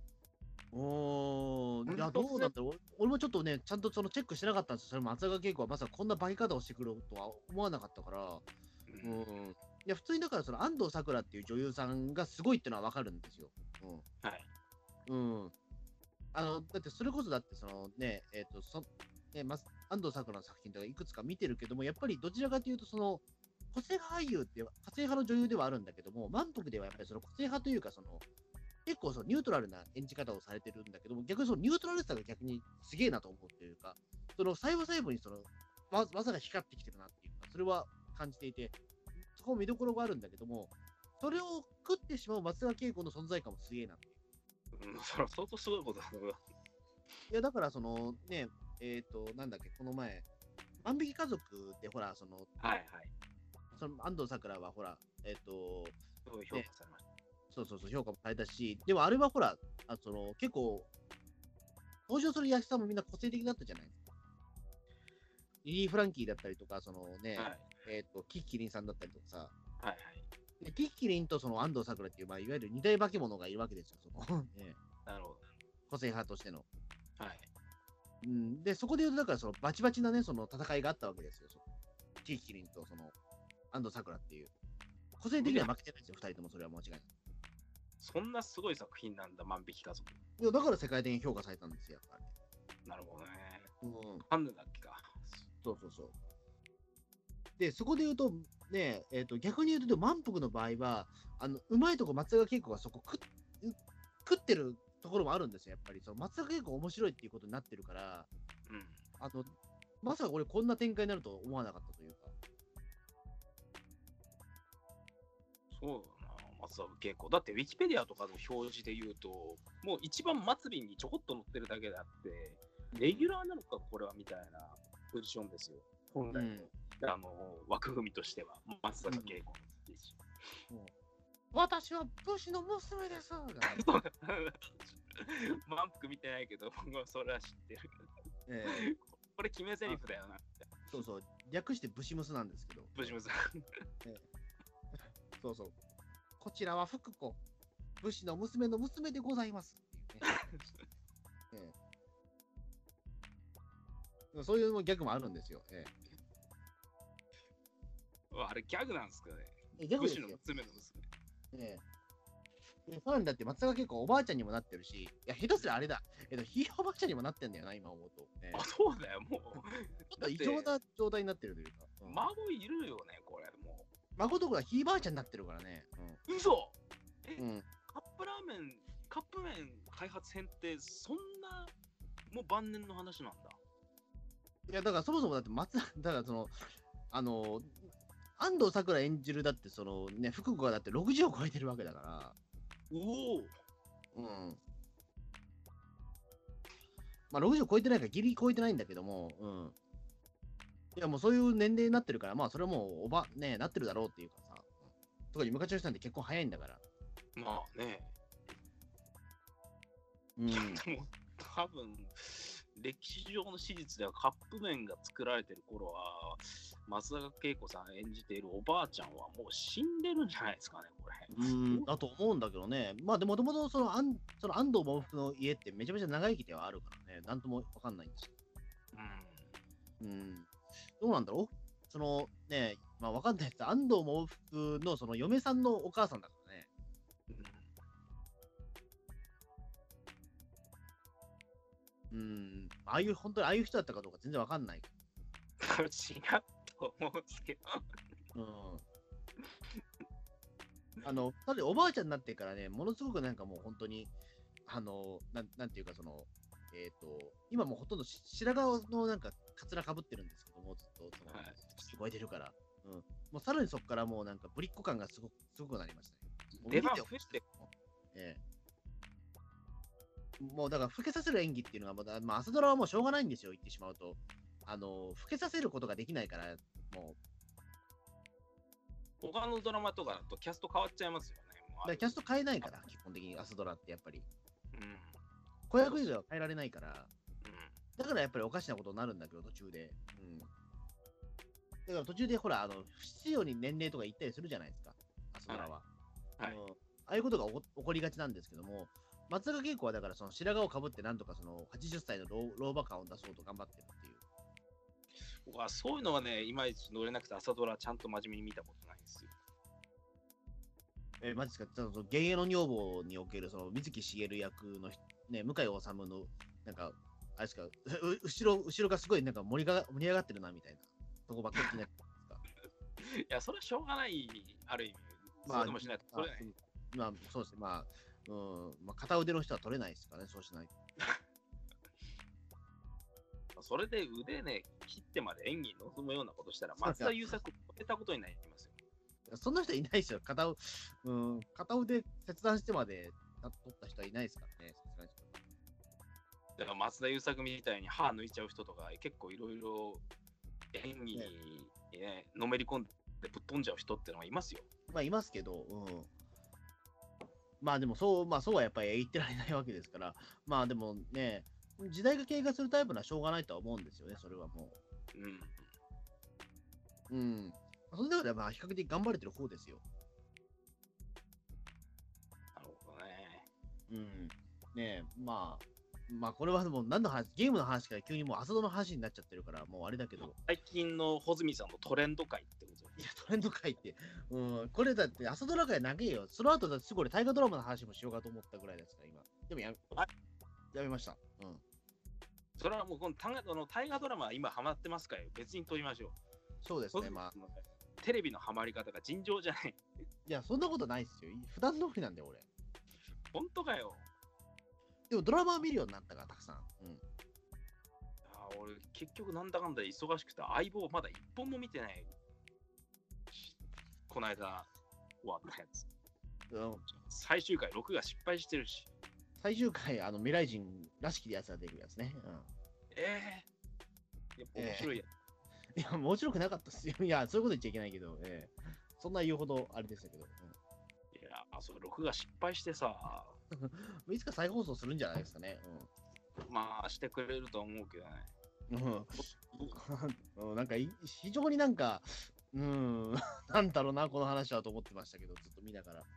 S2: おー、いや、どうだったろう、俺もちょっとね、ちゃんとそのチェックしてなかったんですよ、それ松坂慶子はまさかこんな化け方をしてくるとは思わなかったから、
S3: うん
S2: うん、いや、普通にだから、その安藤サクラっていう女優さんがすごいっていうのはわかるんですよ。
S3: はい。
S2: うん。うん。あの、だってそれこそだってそのね、えっ、と、そ、ね、ま、安藤サクラの作品とかいくつか見てるけども、やっぱりどちらかというと、その、個性派俳優って、個性派の女優ではあるんだけども、満腹ではやっぱりその個性派というか、その、結構そのニュートラルな演じ方をされてるんだけども、逆にそのニュートラルさが逆にすげえなと思うというか、その細部細部にその、わ技が光ってきてるなっていうか、それは感じていて、そこ見どころがあるんだけども、それを食ってしまう松坂慶子の存在感もすげえなっていう。
S3: うん、それは相当すごいことだ。
S2: いや、だからそのね、えっ、と、なんだっけ、この前、万引き家族でほら、その、
S3: はいはい。
S2: その安藤サクラはほら、えっ、と、
S3: すごい評価されました。
S2: そうそうそう、評価もされたし、でもあれはほら、あその結構、登場する役者さんもみんな個性的だったじゃないですか。リリー・フランキーだったりとか、そのね、
S3: はい
S2: えっ、と、キッキリンさんだったりとかさ、
S3: はいはい。
S2: でキッキリンとその安藤サクラっていう、まあ、いわゆる二大化け物がいるわけですよ、そのね、
S3: なるほ
S2: 個性派としての。
S3: ど。はい。
S2: うん、で、そこで言うと、だからそのバチバチなね、その戦いがあったわけですよ、そのキッキリンとその安藤サクラっていう。個性的には負けてないですよ、二人ともそれは間違いない。
S3: そんなすごい作品なんだ、万引き家族。
S2: いや、だから世界的に評価されたんですよ、やっぱ
S3: なるほどね。
S2: り。うん、
S3: カンヌだっけか。
S2: そうそうそう。で、そこで言うと、ね、えっ、と、逆に言うと、満腹の場合は、あの、うまいとこ松坂慶子がそこ食っ食ってるところもあるんですよ、やっぱり。その松坂慶子面白いっていうことになってるから、
S3: うん。
S2: あの、まさか俺こんな展開になるとは思わなかったというか。
S3: そうだな、松坂慶子。だって、ウィキペディアとかの表示で言うと、もう一番末尾にちょこっと載ってるだけであって、レギュラーなのか、これはみたいなポジションですよ。本来の、
S2: うん
S3: あの枠組みとしては、松坂慶子のスピーチ。
S2: 私は武士の娘ですが
S3: 満腹見てないけど、僕はそれは知ってる。
S2: ええ
S3: これ決め台詞だよな。
S2: そうそう、略して武士娘なんですけど。
S3: ブシムさん。
S2: そうそう。こちらは福子、武士の娘の娘でございますっていうね。ええ、そういうギャグもあるんですよ。え
S3: あれギャグなんですかね。
S2: え、ギャグ
S3: 武士
S2: ですよ。
S3: の娘の娘。
S2: ええ、 でさらにだって松坂結構おばあちゃんにもなってるし、いや、下手すりゃあれだ、えっと、ひいおばあちゃんにもなってんだよな、今思うと。ね、
S3: あ、そうだよ、もう。
S2: ちょっと異常な状態になってるというか。うん、
S3: 孫いるよね、これ、も
S2: 孫とかひいばあちゃんになってるからね。
S3: う。嘘え、
S2: うん。うん、
S3: カップラーメン、カップ麺開発編ってそんなもう晩年の話なんだ。
S2: いや、だからそもそもだって松、だからその、あの、安藤サクラ演じるだってそのね、福子がだってろくじゅうを超えてるわけだから。
S3: おお。
S2: うん。まあろくじゅう超えてないからギリ超えてないんだけども、うん。いやもうそういう年齢になってるから、まあそれはもうおば、ね、なってるだろうっていうかさ。特に昔の人なんて結婚早いんだから。
S3: まあね。
S2: うん。
S3: でも多分、歴史上の史実ではカップ麺が作られてる頃は、松坂慶子さん演じているおばあちゃんはもう死んでるんじゃないですかね、これ。
S2: うんだと思うんだけどね。まあでもともとその安その安藤喪服の家ってめちゃめちゃ長生きではあるからね。なんともわかんないんですよ。
S3: うん。
S2: うん。どうなんだろうそのね、まあわかんないです。安藤喪服のその嫁さんのお母さんだからね。うん。ああいう、本当にああいう人だったかどうか全然わかんない。
S3: 違うと思うんですけど。
S2: うん。あの、ただおばあちゃんになってからね、ものすごくなんかもう本当に、あの、なんなんていうかその、えっ、と、今もうほとんどし白髪のなんかカツラかぶってるんですけども、ずっとその、
S3: はい
S2: 聞こえてるから。うん。もうさらにそこからもうなんかぶりっ子感がすごく、すごくなりましたね。もう
S3: 出番
S2: 見て
S3: 増えて、
S2: ええ。もうだから老けさせる演技っていうのはまだ、まあ朝ドラはもうしょうがないんですよ、言ってしまうと。あの、老けさせることができないから、もう、
S3: 他のドラマとかだとキャスト変わっちゃいますよね。もう
S2: だからキャスト変えないから、基本的に朝ドラってやっぱり。
S3: うん。うん。
S2: 子役以外は変えられないから、だからやっぱりおかしなことになるんだけど、途中で。うん。だから途中でほら、あの、不必要に年齢とか言ったりするじゃないですか、朝ドラは。
S3: はい。
S2: うんああいうことが起こ起こりがちなんですけども、松坂慶子はだからその白髪をかぶってなんとかそのはちじゅっさいの老老婆感を出そうと頑張ってるっていう。
S3: 僕はそういうのはね、いまいち乗れなくて朝ドラちゃんと真面目に見たことないんですよ。
S2: えーマジですか、その幻影の女房におけるその水木しげる役のひね、向井治の、なんか、あれですか、う後ろ、後ろがすごいなんか盛りが盛り上がってるなみたいな、とこばっかり気になってますか。
S3: いや、それはしょうがない、ある意味。
S2: まあ
S3: そうでもしないと取れない。
S2: まあ、そうですね、まあ、うん、まあ、片腕の人は取れないですからね、そうしないと。
S3: それで腕ね、切ってまで演技に臨むようなことしたら、松田優作を超えたことになりますよ。
S2: そんな人いないですよ。片腕、うん、片腕切断してまで取った人はいないですからね。さすがに
S3: だから松田優作みたいに歯抜いちゃう人とか、結構いろいろ演技に、ね、のめり込んでぶっ飛んじゃう人ってのはいますよ。
S2: まあ、いますけど、うん。まあでもそう、まあそうはやっぱり言ってられないわけですから、まあでもね、時代が経過するタイプのはしょうがないとは思うんですよね、それはも
S3: うん。
S2: う。うん。その中ではまあ比較的頑張れてる方ですよ。
S3: なるほどね。
S2: うん。ねえ、まあ、まあこれはもう何の話、ゲームの話から急にもう朝ドラの話になっちゃってるから、もうあれだけど。
S3: 最近の穂積さんのトレンド界ってこと
S2: いや、トレンド界って、うん、これだって朝ドラ界長えよ。その後だってすぐ俺大河ドラマの話もしようかと思ったぐらいですから、今。でもや
S3: あ
S2: やめました。うん。
S3: それはもうこの大河あの大河ドラマ今ハマってますから別に撮りましょう。
S2: そうですね、まあ。
S3: テレビのハマり方が尋常じゃない。
S2: いや、そんなことないっすよ。普段通りなんだよ、俺。
S3: 本当かよ。
S2: でもドラマは見るようになったから、たくさん。うん。
S3: あ俺結局なんだかんだ忙しくて相棒まだ一本も見てない。この間終わったやつ。
S2: うん、
S3: 最終回ろくが失敗してるし。
S2: 最終回、あの未来人らしきやつが出るやつね。うん、
S3: ええー、やっぱ面白いやつ。
S2: えー、いや、面白くなかったっすよ。いや、そういうこと言っちゃいけないけど、えー、そんな言うほどあれでしたけど。
S3: うん、いや、それろくが失敗してさ。
S2: いつか再放送するんじゃないですかね。
S3: うん、まあ、してくれると思うけどね。
S2: うん、なんか非常になんか、うん、なんだろうな、この話はと思ってましたけど、ずっと見ながら。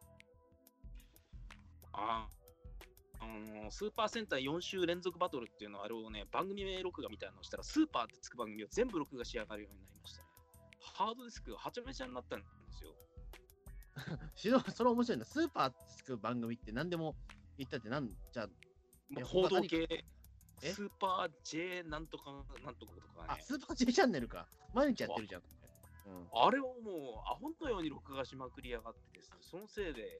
S3: ああのスーパー戦隊よん週連続バトルっていうのをあれをね、番組名録画みたいなのをしたら、スーパーってつく番組を全部録画し上がるようになりましたね。ハードディスクがはちゃめちゃになったんですよ。
S2: しろそれ面白いな。スーパーつく番組って何でも言ったってなんじゃあ、
S3: もう
S2: え
S3: 報道系、
S2: え
S3: スーパー J なんとかなんとかとか
S2: あ、
S3: ね。
S2: スーパー J チャンネルか。毎日やってるじゃん。うん、
S3: あれをもうアホのように録画しまくりやがってですね、そのせいで、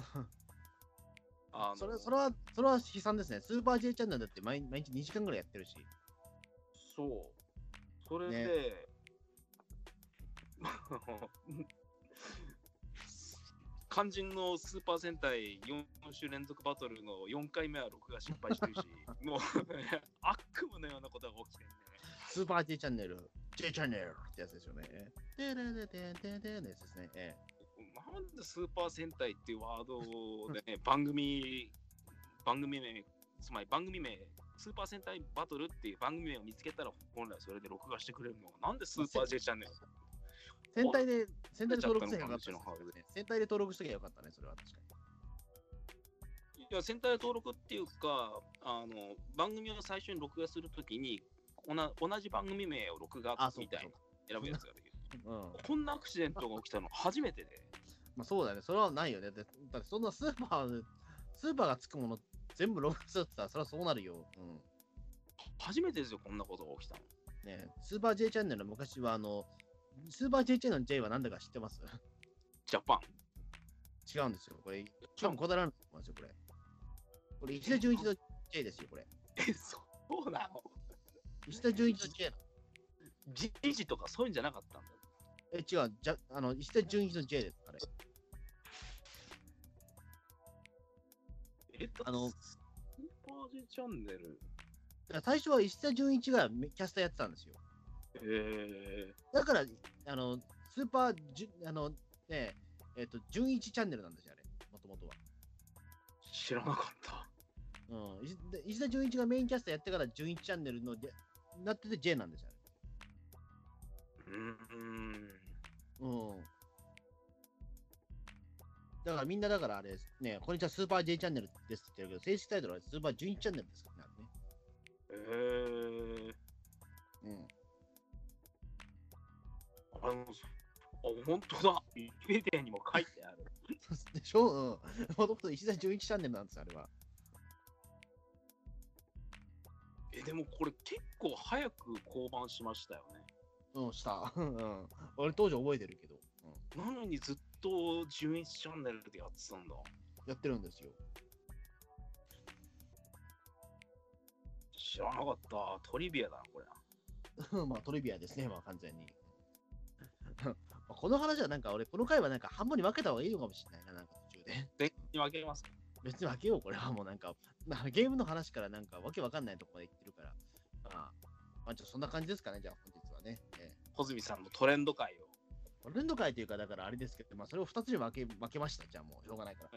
S3: あの
S2: それそれは、それは悲惨ですね。スーパー J チャンネルだって毎毎日にじかんぐらいやってるし。
S3: そう。それで、肝心のスーパー戦隊よん週連続バトルのよんかいめは録画失敗してるし、もう悪夢のようなことが起きてるね。
S2: スーパー J チャンネル、J チャンネルってやつですよね。ででででででのやつですね。え
S3: なんでスーパー戦隊っていうワードでね、番組、番組名、つまり番組名、スーパー戦隊バトルっていう番組名を見つけたら、本来それで録画してくれるの。なんでスーパー J チャンネル
S2: え戦隊で、戦隊で登録して
S3: ちゃ
S2: よかった
S3: ったのかなうちの
S2: ですね。戦隊で登録しときゃよかったね、それは確かに。
S3: いや、戦隊登録っていうか、あの番組を最初に録画するときにおな、同じ番組名を録画
S2: あ、そうか
S3: みたいな選ぶやつができる。
S2: うん。
S3: こんなアクシデントが起きたの初めてで。
S2: まあそうだね、それはないよね。だってだってそんなスーパー、スーパーがつくもの全部録画するって言ったら、それはそうなるよ。うん。
S3: 初めてですよ、こんなことが起きたの。
S2: ね、スーパー J チャンネルの昔は、あの、スーパー J チャンネルの J は何だか知ってます？
S3: ジャパン。
S2: 違うんですよ。これ、多分こだわらないと思うんですよ、これ。これ、石田純一の J ですよ、これ。
S3: え、そうなの？
S2: 石田純一の J なの。
S3: じじとかそういうんじゃなかったんだ。
S2: え、違う、じゃあの石田純一の J です、あれ。
S3: えっと、
S2: あの
S3: スーパー J チャンネル。
S2: だから最初は石田純一がキャスターやってたんですよ。
S3: へえ。
S2: だから、あの、スーパーじゅ、あの、ね、えっ、と、純一チャンネルなんですよ、あれ、もともとは。
S3: 知らなかった。
S2: うん、石で石田純一がメインキャスターやってから純一チャンネルのでなってて J なんですよ、
S3: うーん。
S2: あれ。うん。だからみんなだからあれですね、こんにちはスーパー J チャンネルですって言ってるけど、正式タイトルはスーパー純一チャンネルですからね。
S3: へえ。
S2: うん。
S3: あの、あ、本当だ。ウィキペディアにも書いてある。
S2: でしょうん。もともと石田純一チャンネルなんですよ、あれは。
S3: え、でもこれ結構早く降板しましたよね。
S2: うん、した。うん。俺当時覚えてるけど、うん、
S3: なのにずっと純一チャンネルでやってたんだ。
S2: やってるんですよ。
S3: 知らなかった。トリビアだな、これ。
S2: まあトリビアですね、まあ完全に。この話はなんか俺、この回はなんか半分に分けた方がいいのかもしれないな、なんか途中で。
S3: 全に分けますか？
S2: 別に分けよう、これはもうなんか、まあ、ゲームの話からなんかわけわかんないところまで行ってるから。まあ、まあ、ちょっとそんな感じですかね、じゃあ本日はね。え
S3: 穂積さんのトレンド回を。
S2: トレンド回というか、だからあれですけど、まあそれをふたつに分け分けました、じゃあもうしょうがないから。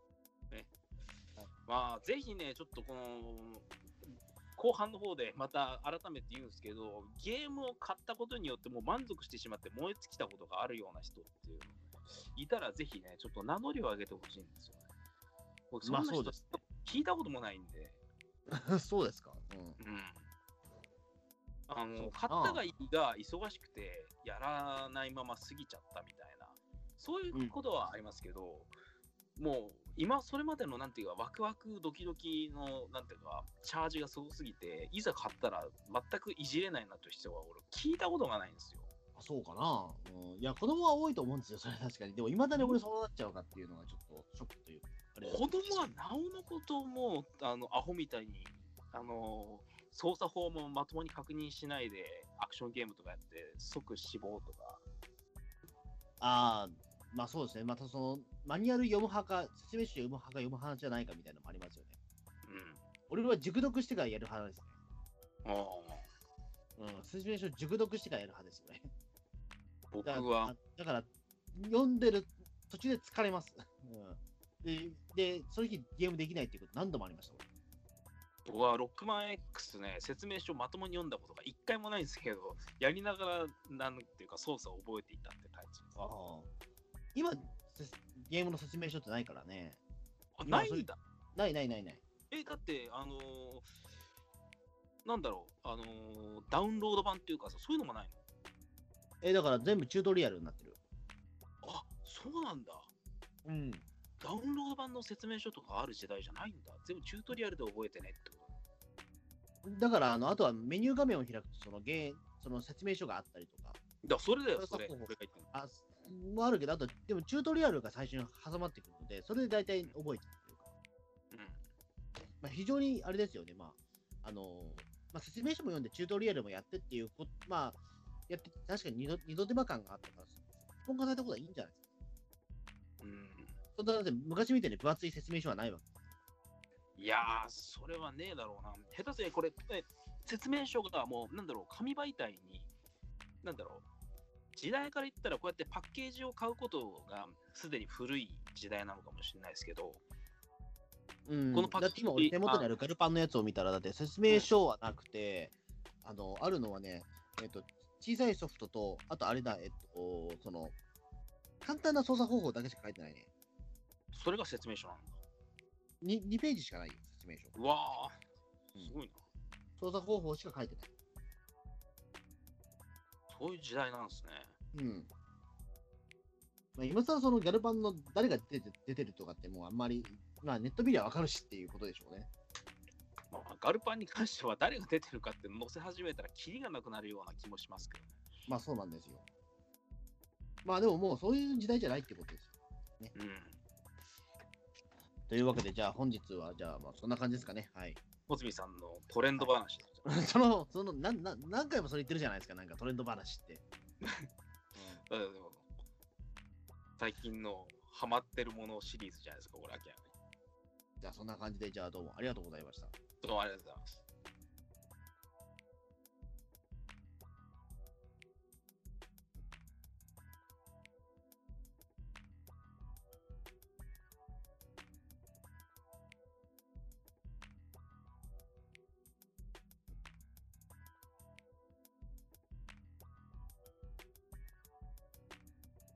S3: まあ、ぜひね、ちょっとこの、後半の方でまた改めて言うんですけど、ゲームを買ったことによってもう満足してしまって燃え尽きたことがあるような人っていうのが、ね、いたらぜひね、ちょっと名乗りを上げてほしいんですよね。僕そんな人
S2: まあそうです
S3: 聞いたこともないんで。
S2: そうですか。うん。
S3: うん。あの、
S2: そう
S3: 買ったがいいが忙しくてやらないまま過ぎちゃったみたいな、そういうことはありますけど、うん、もう今それまでのなんていうかワクワクドキドキのなんていうかチャージがすごすぎて、いざ買ったら全くいじれないなという人は俺聞いたことがないんですよ。
S2: あ、そうかな、うん。いや、子供は多いと思うんですよ、それは確かに。でも、いまだに俺そうなっちゃうかっていうのがちょっとショックというか。
S3: 子供はなおのこともあのアホみたいにあの操作法もまともに確認しないでアクションゲームとかやって即死亡とか。
S2: ああ、まあそうですね。またそのマニュアル読む派か、説明書読む派か読む派じゃないかみたいなのもありますよね。
S3: うん。
S2: 俺は熟読してからやる派ですね。
S3: あ
S2: あ。うん、説明書熟読してからやる派ですよね。
S3: 僕
S2: だから
S3: は。
S2: だから、読んでる途中で疲れます。うんで、で、その日ゲームできないっていうこと何度もありました。
S3: 僕はロックマン X ね、説明書まともに読んだことが一回もないんですけど、やりながら、なんていうか操作を覚えていたって感じです。
S2: ああ。今、ゲームの説明書ってないからね。
S3: あ、ないんだ。
S2: ないないないない。
S3: え、だって、あのー、なんだろう、あのー、ダウンロード版っていうかさ、そういうのもないの？
S2: え、だから全部チュートリアルになってる。
S3: あ、そうなんだ。
S2: うん。
S3: ダウンロード版の説明書とかある時代じゃないんだ。全部チュートリアルで覚えてねってこと。
S2: だから、あの、あとはメニュー画面を開くと、そのゲー、その説明書があったりとか、
S3: だそれだよ、それ。
S2: そうそう
S3: 俺が言ってんの
S2: あ、もあるけど、あと、でもチュートリアルが最初に挟まってくるので、それで大体覚えてるというか、まあ、非常にあれですよね、まあ、あの、まあ、説明書も読んでチュートリアルもやってっていうこ、まあ、やって、確かに二度二度手間感があったから、一本化されたことはいいんじゃないですか。
S3: うん。うん。
S2: そんなだって昔みたいに分厚い説明書はないわけ。
S3: いやー、それはねえだろうな。下手すりゃこれ、え説明書がもう、なんだろう、紙媒体に、なんだろう、時代から言ったらこうやってパッケージを買うことがすでに古い時代なのかもしれないですけど、
S2: うん、
S3: このパッ
S2: だって今、俺手元にあるガルパンのやつを見たら、だって説明書はなくて、あの、あるのはね、えっと、小さいソフトと、あとあれだ、えっと、その、簡単な操作方法だけしか書いてないね。
S3: それが説明書なんだ。
S2: ににページしかないよ、説明書。
S3: うわー、すごいな。
S2: 操作方法しか書いてない。
S3: そういう時代なんですね。
S2: うん。まあ、今更そのギャルパンの誰が出て出てるとかってもうあんまり、まあネット見りゃわかるしっていうことでしょうね。
S3: まあ、ガルパンに関しては誰が出てるかって載せ始めたらキリがなくなるような気もしますけどね。
S2: まあそうなんですよ。まあでももうそういう時代じゃないってことですよ。
S3: うん。
S2: というわけで、じゃあ本日は、じゃあまあそんな感じですかね。はい。
S3: 小泉さんのトレンド話。
S2: その、その、なん、なん、何回もそれ言ってるじゃないですか、なんかトレンド話って。
S3: だからでも最近のハマってるものシリーズじゃないですか、これ明らかに。
S2: じゃあそんな感じで、じゃあどうもありがとうございました。
S3: どうもありがとうございます。